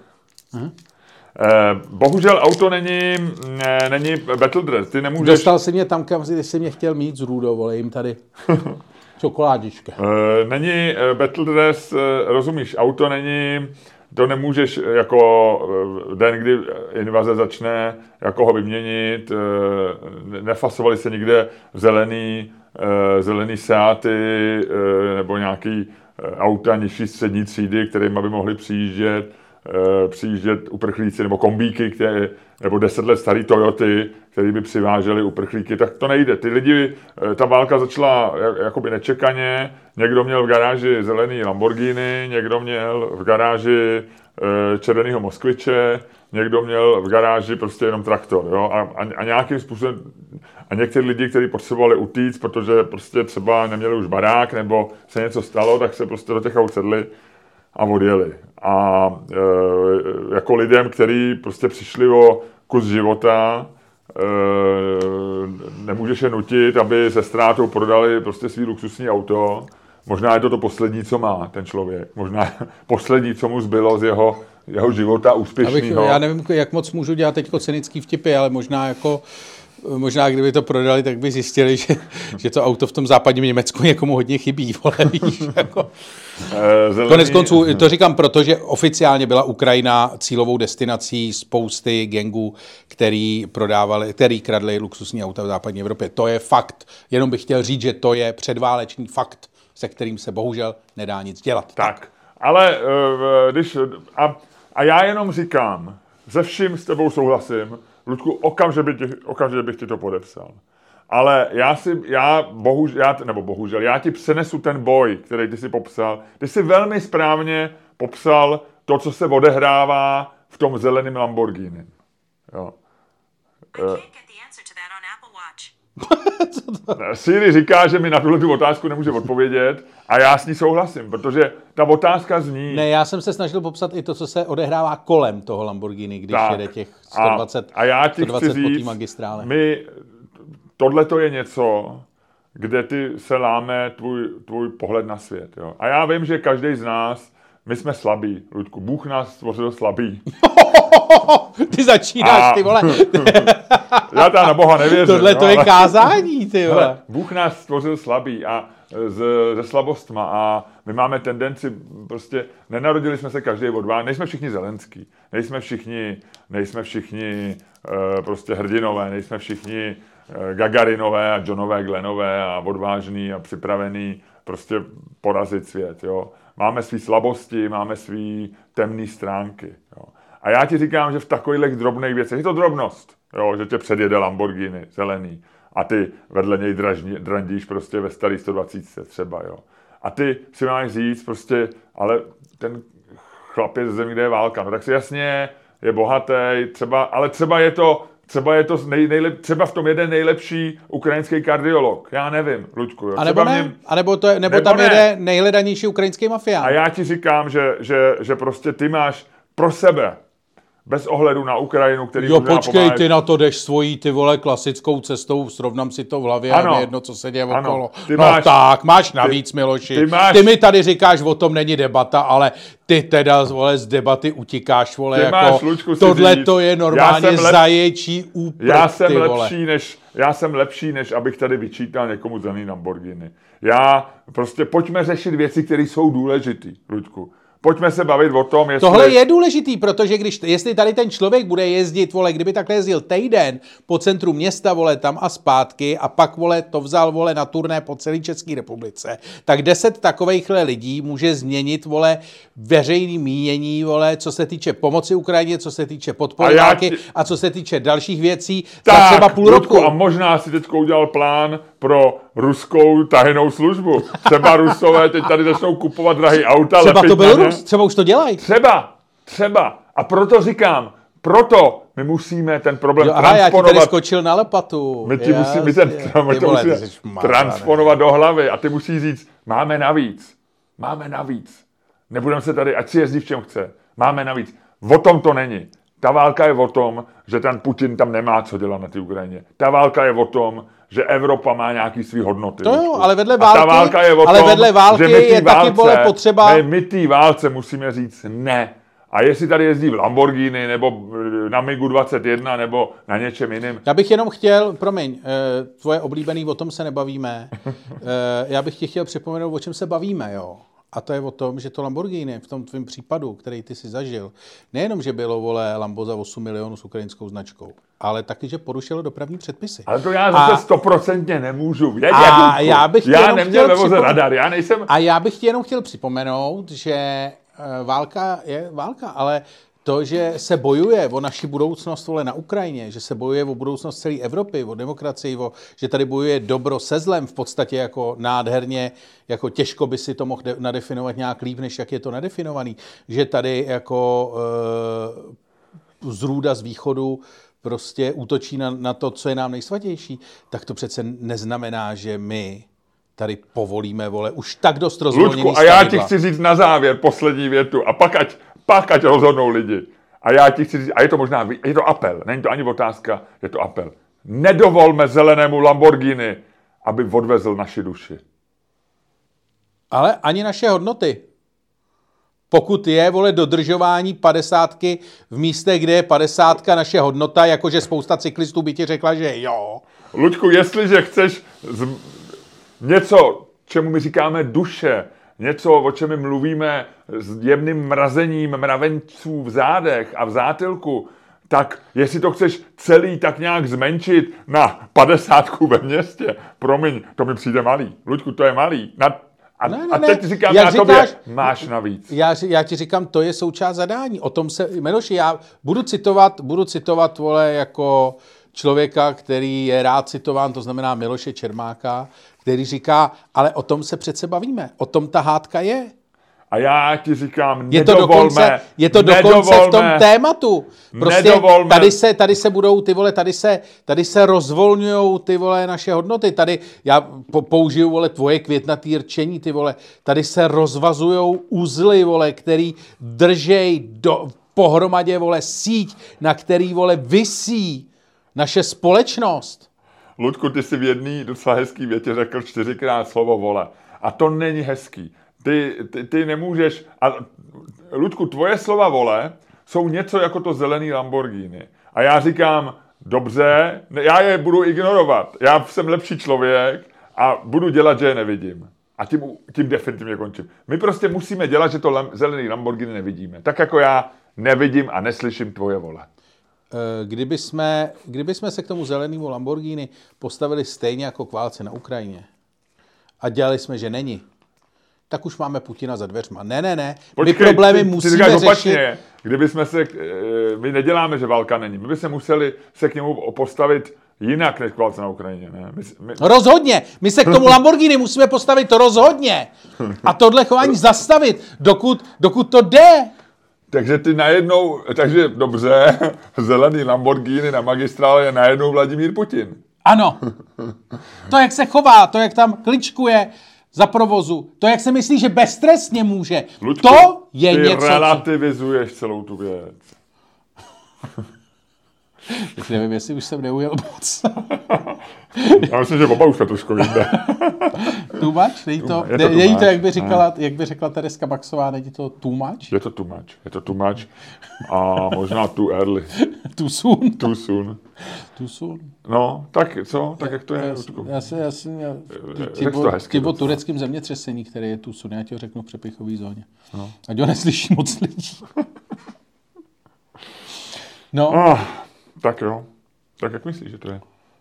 Bohužel auto není battle dress, ty nemůžeš... Dostal jsi mě tam, kam jsi mě chtěl mít z Růdou, vole, jim tady čokoládička. Není battle dress, rozumíš, auto není... To nemůžeš jako den, kdy invaze začne, jako ho vyměnit, nefasovali se nikde zelený Seaty nebo nějaký auta nižší střední třídy, kterými by mohli přijíždět uprchlíci nebo kombíky, nebo 10 let starý Toyoty, který by přiváželi uprchlíky, tak to nejde. Ty lidi, ta válka začala jakoby nečekaně, někdo měl v garáži zelený Lamborghini, někdo měl v garáži červenýho Moskviče, někdo měl v garáži prostě jenom traktor, jo? A nějakým způsobem, a někteří lidi, kteří potřebovali utíct, protože prostě třeba neměli už barák, nebo se něco stalo, tak se prostě do těch aut sedli a odjeli. A jako lidem, kteří prostě přišli o kus života, nemůžeš je nutit, aby se ztrátou prodali prostě svý luxusní auto. Možná je to poslední, co má ten člověk. Možná poslední, co mu zbylo z jeho života úspěšného. Já nevím, jak moc můžu dělat teď cynický vtipy, ale možná kdyby to prodali, tak by zjistili, že to auto v tom západním Německu někomu hodně chybí. Vole, víš, jako. Konec konců, to říkám, protože oficiálně byla Ukrajina cílovou destinací spousty gangů, který kradli luxusní auta v západní Evropě. To je fakt. Jenom bych chtěl říct, že to je předválečný fakt, se kterým se bohužel nedá nic dělat. Tak, ale a já jenom říkám, ze vším s tebou souhlasím, Ludku, okamžitě bych ti to podepsal. Ale já ti přenesu ten boj, který ty jsi popsal. Ty jsi velmi správně popsal to, co se odehrává v tom zeleném Lamborghini. Jo. Siri říká, že mi na tuhle otázku nemůže odpovědět a já s ní souhlasím, protože ta otázka zní... Ne, já jsem se snažil popsat i to, co se odehrává kolem toho Lamborghini, když jede těch 120 po té magistrále. Tohle to je něco, kde ty se láme tvůj pohled na svět. Jo? A já vím, že každý z nás, my jsme slabí, Ludku, Bůh nás stvořil slabý. Ty začínáš, ty vole. Já tam na Boha nevěřím. Tohle to je kázání, ty vole. Bůh nás stvořil slabý a se slabostma a my máme tendenci, prostě nenarodili jsme se každý od vás, nejsme všichni Zelenský, nejsme všichni prostě hrdinové, nejsme všichni Gagarinové a Johnové, Glenové a odvážný a připravený prostě porazit svět, jo. Máme svý slabosti, máme svý temné stránky, jo. A já ti říkám, že v takových drobných věcech, je to drobnost, jo, že tě předjede Lamborghini zelený a ty vedle něj drandíš prostě ve starý 120 třeba, jo. A ty si máš říct prostě, ale ten chlap je ze země, kde je válka, no tak si jasně je bohatý, třeba je to třeba v tom jeden nejlepší ukrajinský kardiolog. Já nevím, Luďku. Jo. Nebo tam jede nejhledanější ukrajinský mafián. A já ti říkám, že prostě ty máš pro sebe, bez ohledu na Ukrajinu, který jo, počkej, ty na to jdeš svojí, ty vole, klasickou cestou, srovnám si to v hlavě a jedno, co se děje okolo. Máš navíc, Miloši. Ty mi tady říkáš, o tom není debata, ale ty teda, vole, z debaty utíkáš, vole, jako tohle to je normálně zaječí úprk, Já jsem lepší, než abych tady vyčítal někomu zelený Lamborghini. Pojďme řešit věci, které jsou důležitý, Luďku. Pojďme se bavit o tom, jestli... Tohle je důležitý, protože jestli tady ten člověk bude jezdit, vole, kdyby takhle jezdil týden po centru města, vole, tam a zpátky a pak, vole, to vzal, vole, na turné po celé České republice, tak 10 takovejchhle lidí může změnit, vole, veřejný mínění, vole, co se týče pomoci Ukrajině, co se týče podpory a co se týče dalších věcí za třeba půl roku. A možná si teď udělal plán pro ruskou tajnou službu. Třeba Rusové teď tady začnou kupovat drahý auta. Třeba to byl Rus, třeba už to dělají. Třeba. A proto říkám, my musíme ten problém transponovat. Já ti tady skočil na lopatu. My musíme transponovat do hlavy a ty musíš říct, máme navíc. Nebudeme se tady, ať si jezdí v čem chce. Máme navíc. O tom to není. Ta válka je o tom, že ten Putin tam nemá co dělat na té Ukrajině. Ta válka je o tom, že Evropa má nějaký svý hodnoty. To jo, ale vedle války je taky potřeba... My té válce musíme říct ne. A jestli tady jezdí v Lamborghini, nebo na MiGu 21, nebo na něčem jiném. Já bych jenom chtěl, tvoje oblíbený, o tom se nebavíme. Já bych ti chtěl připomenout, o čem se bavíme, jo. A to je o tom, že to Lamborghini v tom tvém případu, který ty si zažil, nejenom, že bylo, vole, Lambo za 8 milionů s ukrajinskou značkou, ale taky, že porušilo dopravní předpisy. Ale to já zase 100% nemůžu vědět. Já neměl ve voze radar, já nejsem... A já bych ti jenom chtěl připomenout, že válka je válka, ale to, že se bojuje o naši budoucnost, vole, na Ukrajině, že se bojuje o budoucnost celé Evropy, o demokracii, že tady bojuje dobro se zlem v podstatě jako nádherně, jako těžko by si to mohl nadefinovat nějak líp, než jak je to nadefinovaný, že tady jako zrůda z východu prostě útočí na to, co je nám nejsvatější, tak to přece neznamená, že my tady povolíme, vole, už tak dost rozvolněný Luďku, a já ti chci říct na závěr poslední větu a pak ať rozhodnou lidi. A já ti chci říct, a je to apel, není to ani otázka, je to apel. Nedovolme zelenému Lamborghini, aby odvezl naši duši. Ale ani naše hodnoty. Pokud je, vole, dodržování 50 v místech, kde je 50 naše hodnota, jakože spousta cyklistů by ti řekla, že jo. Luďku, jestliže chceš něco, čemu my říkáme duše, něco, o čem my mluvíme s jemným mrazením mravenců v zádech a v zátilku, tak jestli to chceš celý tak nějak zmenšit na 50 ve městě, promiň, to mi přijde malý. Luďku, to je malý. A teď říkám já tobě, máš navíc. Já ti říkám, to je součást zadání. O tom se, Miloši, já budu citovat, vole, jako člověka, který je rád citován, to znamená Miloše Čermáka, který říká, ale o tom se přece bavíme. O tom ta hádka je. A já ti říkám, je to dokonce v tom tématu. Prostě tady se budou, ty vole, tady se rozvolňujou, ty vole, naše hodnoty. Tady, já použiju, vole, tvoje květnatý rčení, ty vole, tady se rozvazujou uzly, vole, který držej pohromadě, vole, síť, na který, vole, visí naše společnost. Ludku, ty jsi v jedné docela hezký větě řekl 4krát slovo vole. A to není hezký. Ty nemůžeš... A Ludku, tvoje slova vole jsou něco jako to zelený Lamborghini. A já říkám, dobře, já je budu ignorovat. Já jsem lepší člověk a budu dělat, že je nevidím. A tím definitivně končím. My prostě musíme dělat, že to zelený Lamborghini nevidíme. Tak jako já nevidím a neslyším tvoje vole. Kdyby jsme se k tomu zelenému Lamborghini postavili stejně jako k válce na Ukrajině a dělali jsme, že není, tak už máme Putina za dveřma. Ne. Počkej, my problémy musíme řešit. Opačně. My neděláme, že válka není. My bychom museli se k němu postavit jinak než k válce na Ukrajině. Ne? Rozhodně. My se k tomu Lamborghini musíme postavit rozhodně. A tohle chování zastavit, dokud to jde. Takže takže dobře, zelený Lamborghini na magistrále je najednou Vladimír Putin. Ano. To, jak se chová, to, jak tam kličkuje za provozu, to, jak se myslí, že beztrestně může, Luďku, to je něco... Ty relativizuješ celou tu věc. Teď nevím, jestli už jsem neujel moc. Já myslím, že oba už to trošku jde. Too much? Není to, jak by řekla Tereska Maxová, není to too much? Je to too much. A možná too early. Too soon. Too soon. Too soon. No, tak co? Tak jak to je, Ludku? Ty o tureckém zemětřesení, které je too soon, já ti ho řeknu v přepichové zóně. No. Ať ho neslyší moc lidí. No. Tak jo. Tak jak myslíš, že to je?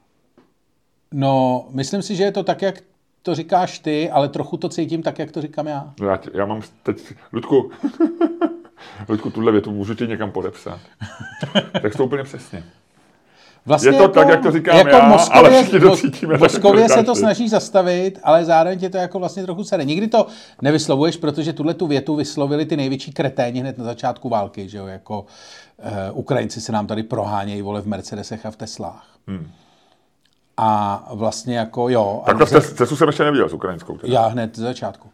No, myslím si, že je to tak, jak to říkáš ty, ale trochu to cítím tak, jak to říkám já. No já mám teď... Ludku, tuhle větu můžu ti někam podepsat. Tak to úplně přesně. Vlastně je to jako, tak, jak to říkám jako já, mozkově, ale všichni to cítíme. Mozkově se to snaží zastavit, ale zároveň tě to jako vlastně trochu sere. Nikdy to nevyslovuješ, protože tuhle tu větu vyslovili ty největší kreténi hned na začátku války, že jo, jako Ukrajinci se nám tady prohánějí, vole, v Mercedesech a v Teslách. A vlastně jako jo. Takhle Teslu jsem ještě neviděl s ukrajinskou. Teda. Já hned ze začátku.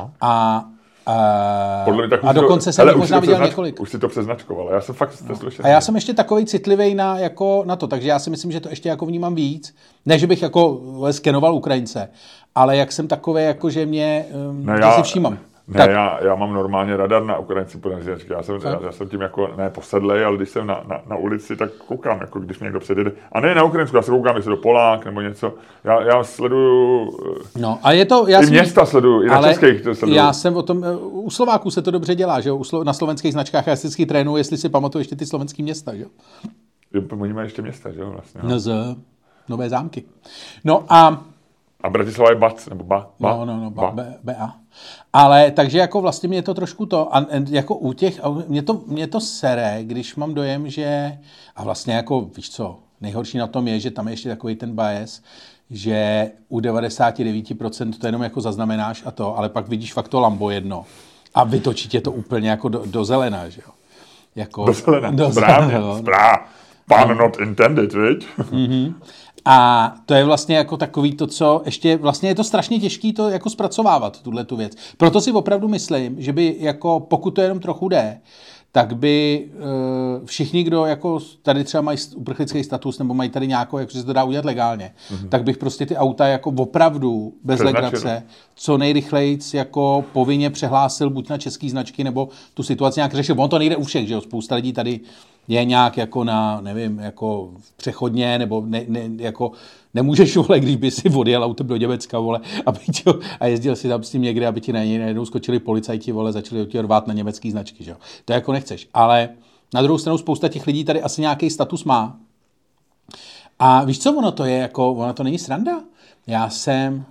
A dokonce jsem možná viděl několik. Už si to přeznačkoval, já jsem fakt A já jsem ještě takovej citlivý na to, takže já si myslím, že to ještě jako vnímám víc. Ne, že bych jako skenoval Ukrajince, ale jak jsem takovej, jako že mě si všímám. Ne, já mám normálně radar na Ukrajinci podezřelky. Já jsem tím jako ne posedlej, ale když jsem na ulici, tak koukám, jako když mě někdo předjede. A ne na Ukrajinsku, já se koukám, jestli to Polák nebo něco. Já sleduju a je to, i města sleduju, i na českých to sleduju. Já jsem o tom, u Slováků se to dobře dělá, že jo? Na slovenských značkách já vždycky trénuju, jestli si pamatuju ještě ty slovenský města, že jo? Oni mají ještě města, že jo, vlastně. Nové Zámky. No a Bratislava je Bac, nebo BA. Ale takže jako vlastně mě to trošku to, a jako u těch, mě to sere, když mám dojem, že, a vlastně jako, víš co, nejhorší na tom je, že tam je ještě takový ten bias, že u 99% to jenom jako zaznamenáš a to, ale pak vidíš fakt to Lambo jedno a vytočí tě to úplně jako do zelena, že jo. Jako, do zelena. Pun not intended, viď? A to je vlastně jako takový to, co ještě, vlastně je to strašně těžký to jako zpracovávat, tu věc. Proto si opravdu myslím, že by jako, pokud to jenom trochu jde, tak by všichni, kdo jako tady třeba mají uprchlický status nebo mají tady nějakou, jako se to dá udělat legálně, tak bych prostě ty auta jako opravdu bez legrace co nejrychleji jako povinně přehlásil buď na český značky nebo tu situaci nějak řešil. On to nejde u všech, že jo, spousta lidí tady je nějak jako na, nevím, jako přechodně, nebo jako nemůžeš, vole, když by si odjel autem do Německa, vole, a jezdil si tam s tím někde, aby ti na něj najednou skočili policajti, vole, začali ti rvát na německý značky, že jo. To jako nechceš. Ale na druhou stranu spousta těch lidí tady asi nějaký status má. A víš, co ono to je, jako, ono to není sranda. Já jsem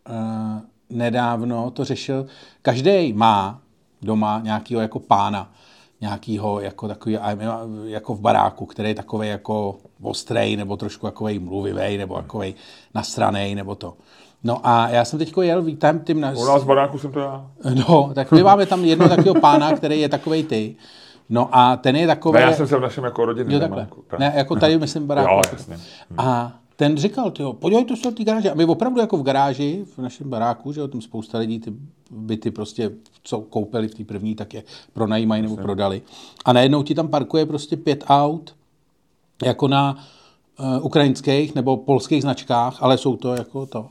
nedávno to řešil, každý má doma nějakýho jako pána, nějakýho jako takový, jako v baráku, který je takovej jako ostrej, nebo trošku takovej mluvivej, nebo takovej nasranej, nebo to. No a já jsem teďko jel, vítám tím... U nás v baráku jsem to já. No, tak my máme tam jednoho takového pána, který je takovej ty. No a ten je takový... Ne, já jsem se v našem jako rodinném baráku. Ne, jako tady myslím baráku. Jo, jasně. A ten říkal, podívejte se do té garáže. A my opravdu jako v garáži, v našem baráku, že o tom spousta lidí ty byty prostě, co koupili v té první, tak je pronajímají nebo prodali. A najednou ti tam parkuje prostě 5 aut, jako na ukrajinských nebo polských značkách, ale jsou to jako to.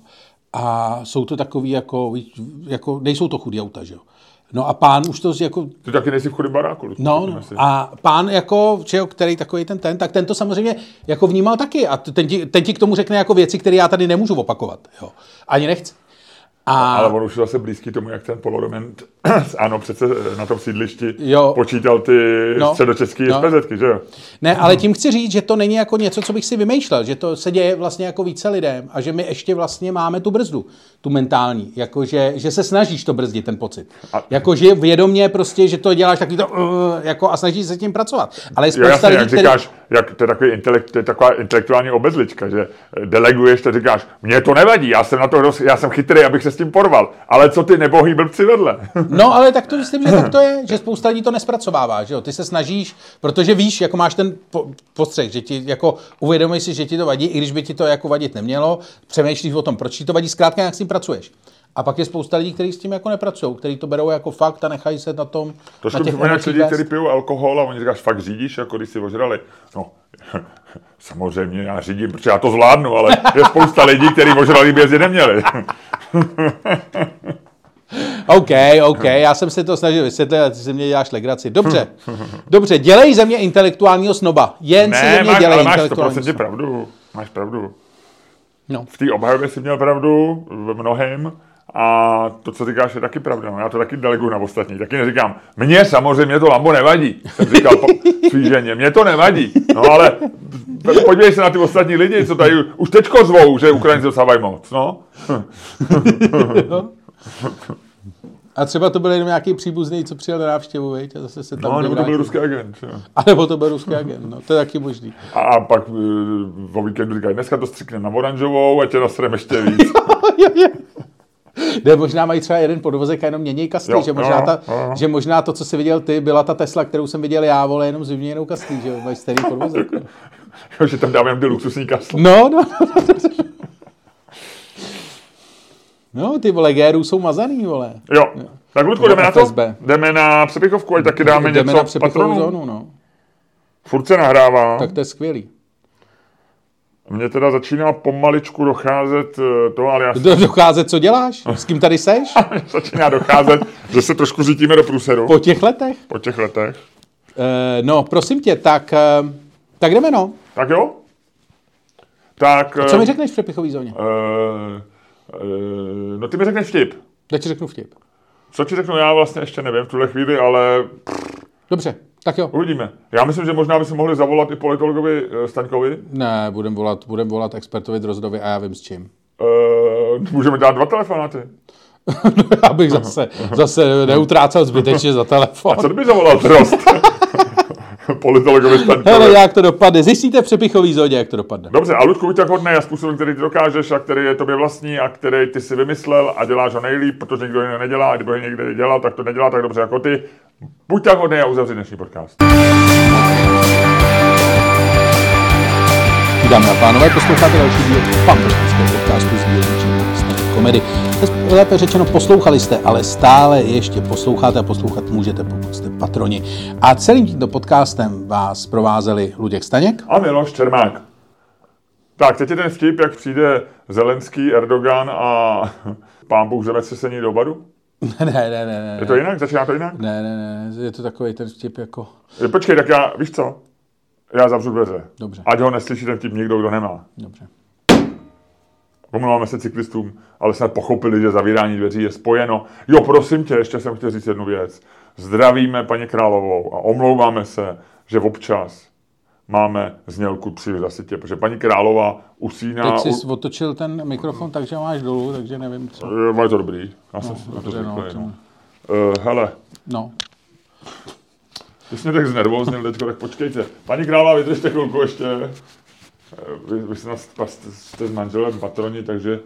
A jsou to takový jako nejsou to chudý auta, že jo. No a pán už to jako... Ty taky nejsi v chudém baráku. No. A pán jako, který takový tak ten to samozřejmě jako vnímal taky. A ten ti k tomu řekne jako věci, které já tady nemůžu opakovat. Jo. Ani nechci. Ale on už je zase blízký tomu, jak ten Polodoment, ano, přece na tom sídlišti počítal ty středočeský SPZky, že jo? Ne, ale tím chci říct, že to není jako něco, co bych si vymýšlel, že to se děje vlastně jako více lidem a že my ještě vlastně máme tu brzdu, tu mentální, jakože že se snažíš to brzdit, ten pocit. Jakože vědomě prostě, že to děláš takový to, jako a snažíš se tím pracovat. Ale je spousta lidí, jak říkáš, jak to je taková intelektuální obezlička, že deleguješ, to říkáš, mně to nevadí, já jsem chytrý, abych se s tím porval, ale co ty nebohý blbci vedle? No, ale tak to myslím, že tak to je, že spousta lidí to nespracovává, že jo? Ty se snažíš, protože víš, jako máš ten postřeh, že ti jako uvědomuješ si, že ti to vadí, i když by ti to jako vadit nemělo, přemýšlíš o tom, proč ti to vadí, zkrátka jak s tím pracuješ. A pak je spousta lidí, kteří s tím jako nepracují, kteří to berou jako fakt a nechají se na tom. Trošku připomínáš lidi, kteří pijou alkohol a oni říkáš, fakt řídíš, jako když si ožrali. No, samozřejmě já řídím, protože já to zvládnu, ale je spousta lidí, kteří ožrali by jezdit neměli. OK, já jsem se to snažil vysvětlit, a ty se mě děláš legraci. Dobře, dělej ze mě intelektuálního snoba. Jen si ze mě dělej intelektuálního snoba. Máš pravdu. No. V té obhajobě jsi měl pravdu v mnohém a to, co říkáš, je taky pravda. No, já to taky deleguju na ostatní. Taky neříkám, mně samozřejmě to Lambo nevadí. Jsem říkal svý ženě, mně to nevadí. No ale podívej se na ty ostatní lidi, co tady už teďko zvou, že Ukrajinci dosávají moc. No. A třeba to byl jenom nějaký příbuzný, co přijel na návštěvu, veď? A zase se tam nebo to byl ruský agent. A nebo to byl ruský agent, no, to je taky možný. A pak o víkendu říkají, dneska to střikne na oranžovou a tě nasrem ještě víc. Ne, možná mají třeba jeden podvozek a jenom mění kasty, že možná to, co jsi viděl ty, byla ta Tesla, kterou jsem viděl já, vole, jenom s vyměněnou kastí, že mají starý podvozek. Jo, že tam dáme jen ty luxusní kasty. No. No, ty vole, gérů jsou mazaný, vole. Jo. Tak Ludku, jdeme na to? Jdeme na přepichovku, ať taky dáme něco patronu. Zónu, no. Furt se nahrává. Tak to je skvělý. Mně teda začíná pomaličku docházet to, ale já... Docházet, co děláš? S kým tady seš? Začíná docházet, že se trošku řítíme do průseru. Po těch letech? No, prosím tě, tak jdeme, no. Tak jo? Tak... Co mi řekneš v přepichový zóně? No ty mi řekneš vtip. Já ti řeknu vtip. Co ti řeknu, já vlastně ještě nevím v tuhle chvíli, ale... Dobře, tak jo. Uvidíme. Já myslím, že možná bychom mohli zavolat i politologovi Staňkovi. Ne, budem volat expertovi Drozdovi a já vím s čím. Můžeme dát 2 telefonáty. Abych zase neutrácel zbytečně za telefon. A co kdyby zavolal Drozd? Politologovi Staňkovi. Hele, jak to dopadne? Zjistíte v přepichový zóně, jak to dopadne. Dobře, a Ludku, tak hodnej a způsobem, který ty dokážeš a který je tobě vlastní a který ty si vymyslel a děláš ho nejlíp, protože nikdo jiný nedělá a kdyby ho někde dělal, tak to nedělá tak dobře jako ty. Buď tak hodnej a uzavři dnešní podcast. Dámy a pánové, posloucháte další díl fantastického podcastu z dílny komedy. Lépe řečeno, poslouchali jste, ale stále ještě posloucháte a poslouchat můžete, pokud jste patroni. A celým tímto podcastem vás provázeli Luděk Staněk a Miloš Čermák. Tak, teď je ten vtip, jak přijde Zelenský, Erdogan a pán Bůh řve se do obadu? Ne. Je to jinak? Začíná to jinak? Ne, je to takový ten vtip jako... Počkej, tak já, víš co? Já zavřu dveře. Dobře. Ať ho neslyší ten vtip nikdo, kdo nemá. Dobře. Omlouváme se cyklistům, ale jsme pochopili, že zavírání dveří je spojeno. Jo, prosím tě, ještě jsem chtěl říct jednu věc. Zdravíme paní Královou a omlouváme se, že občas máme znělku příliš hlasitě, protože paní Králová usíná... Teď jsi otočil ten mikrofon, takže máš dolů, takže nevím co. Je to dobrý. Já jsem na to zvyklý. Hele. No. Ty jsi mě tak znervóznil teďko, tak počkejte. Paní Králová, vydržte chvilku ještě. Vy jste s manželem patroni, takže...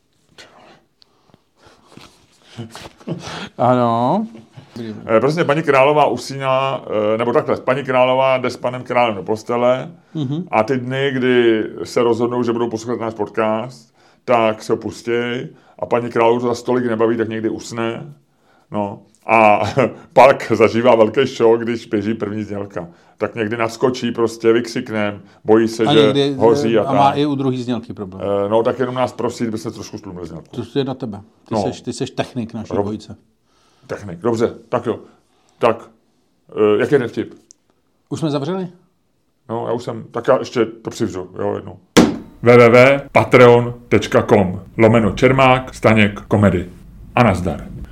Ano. Prostě paní Králová usíná, nebo takhle, paní Králová jde s panem králem do postele a ty dny, kdy se rozhodnou, že budou poslouchat náš podcast, tak se ho pustěj a paní Královou to za stolik nebaví, tak někdy usne. No. A pak zažívá velký šok, když běží první znělka. Tak někdy naskočí, prostě vykřiknem, bojí se, že hoří a tak. A má i u druhý znělky problém. No tak jenom nás prosí, kdyby se trošku stlumil znělku. To je na tebe. Ty seš technik naší dvojice. Technik, dobře, tak jo. Tak, jak je ten vtip? Už jsme zavřeli? No, já už jsem, tak já ještě to přivřu, jo, jednou. www.patreon.com/Čermák Staněk komedy. A nazdar.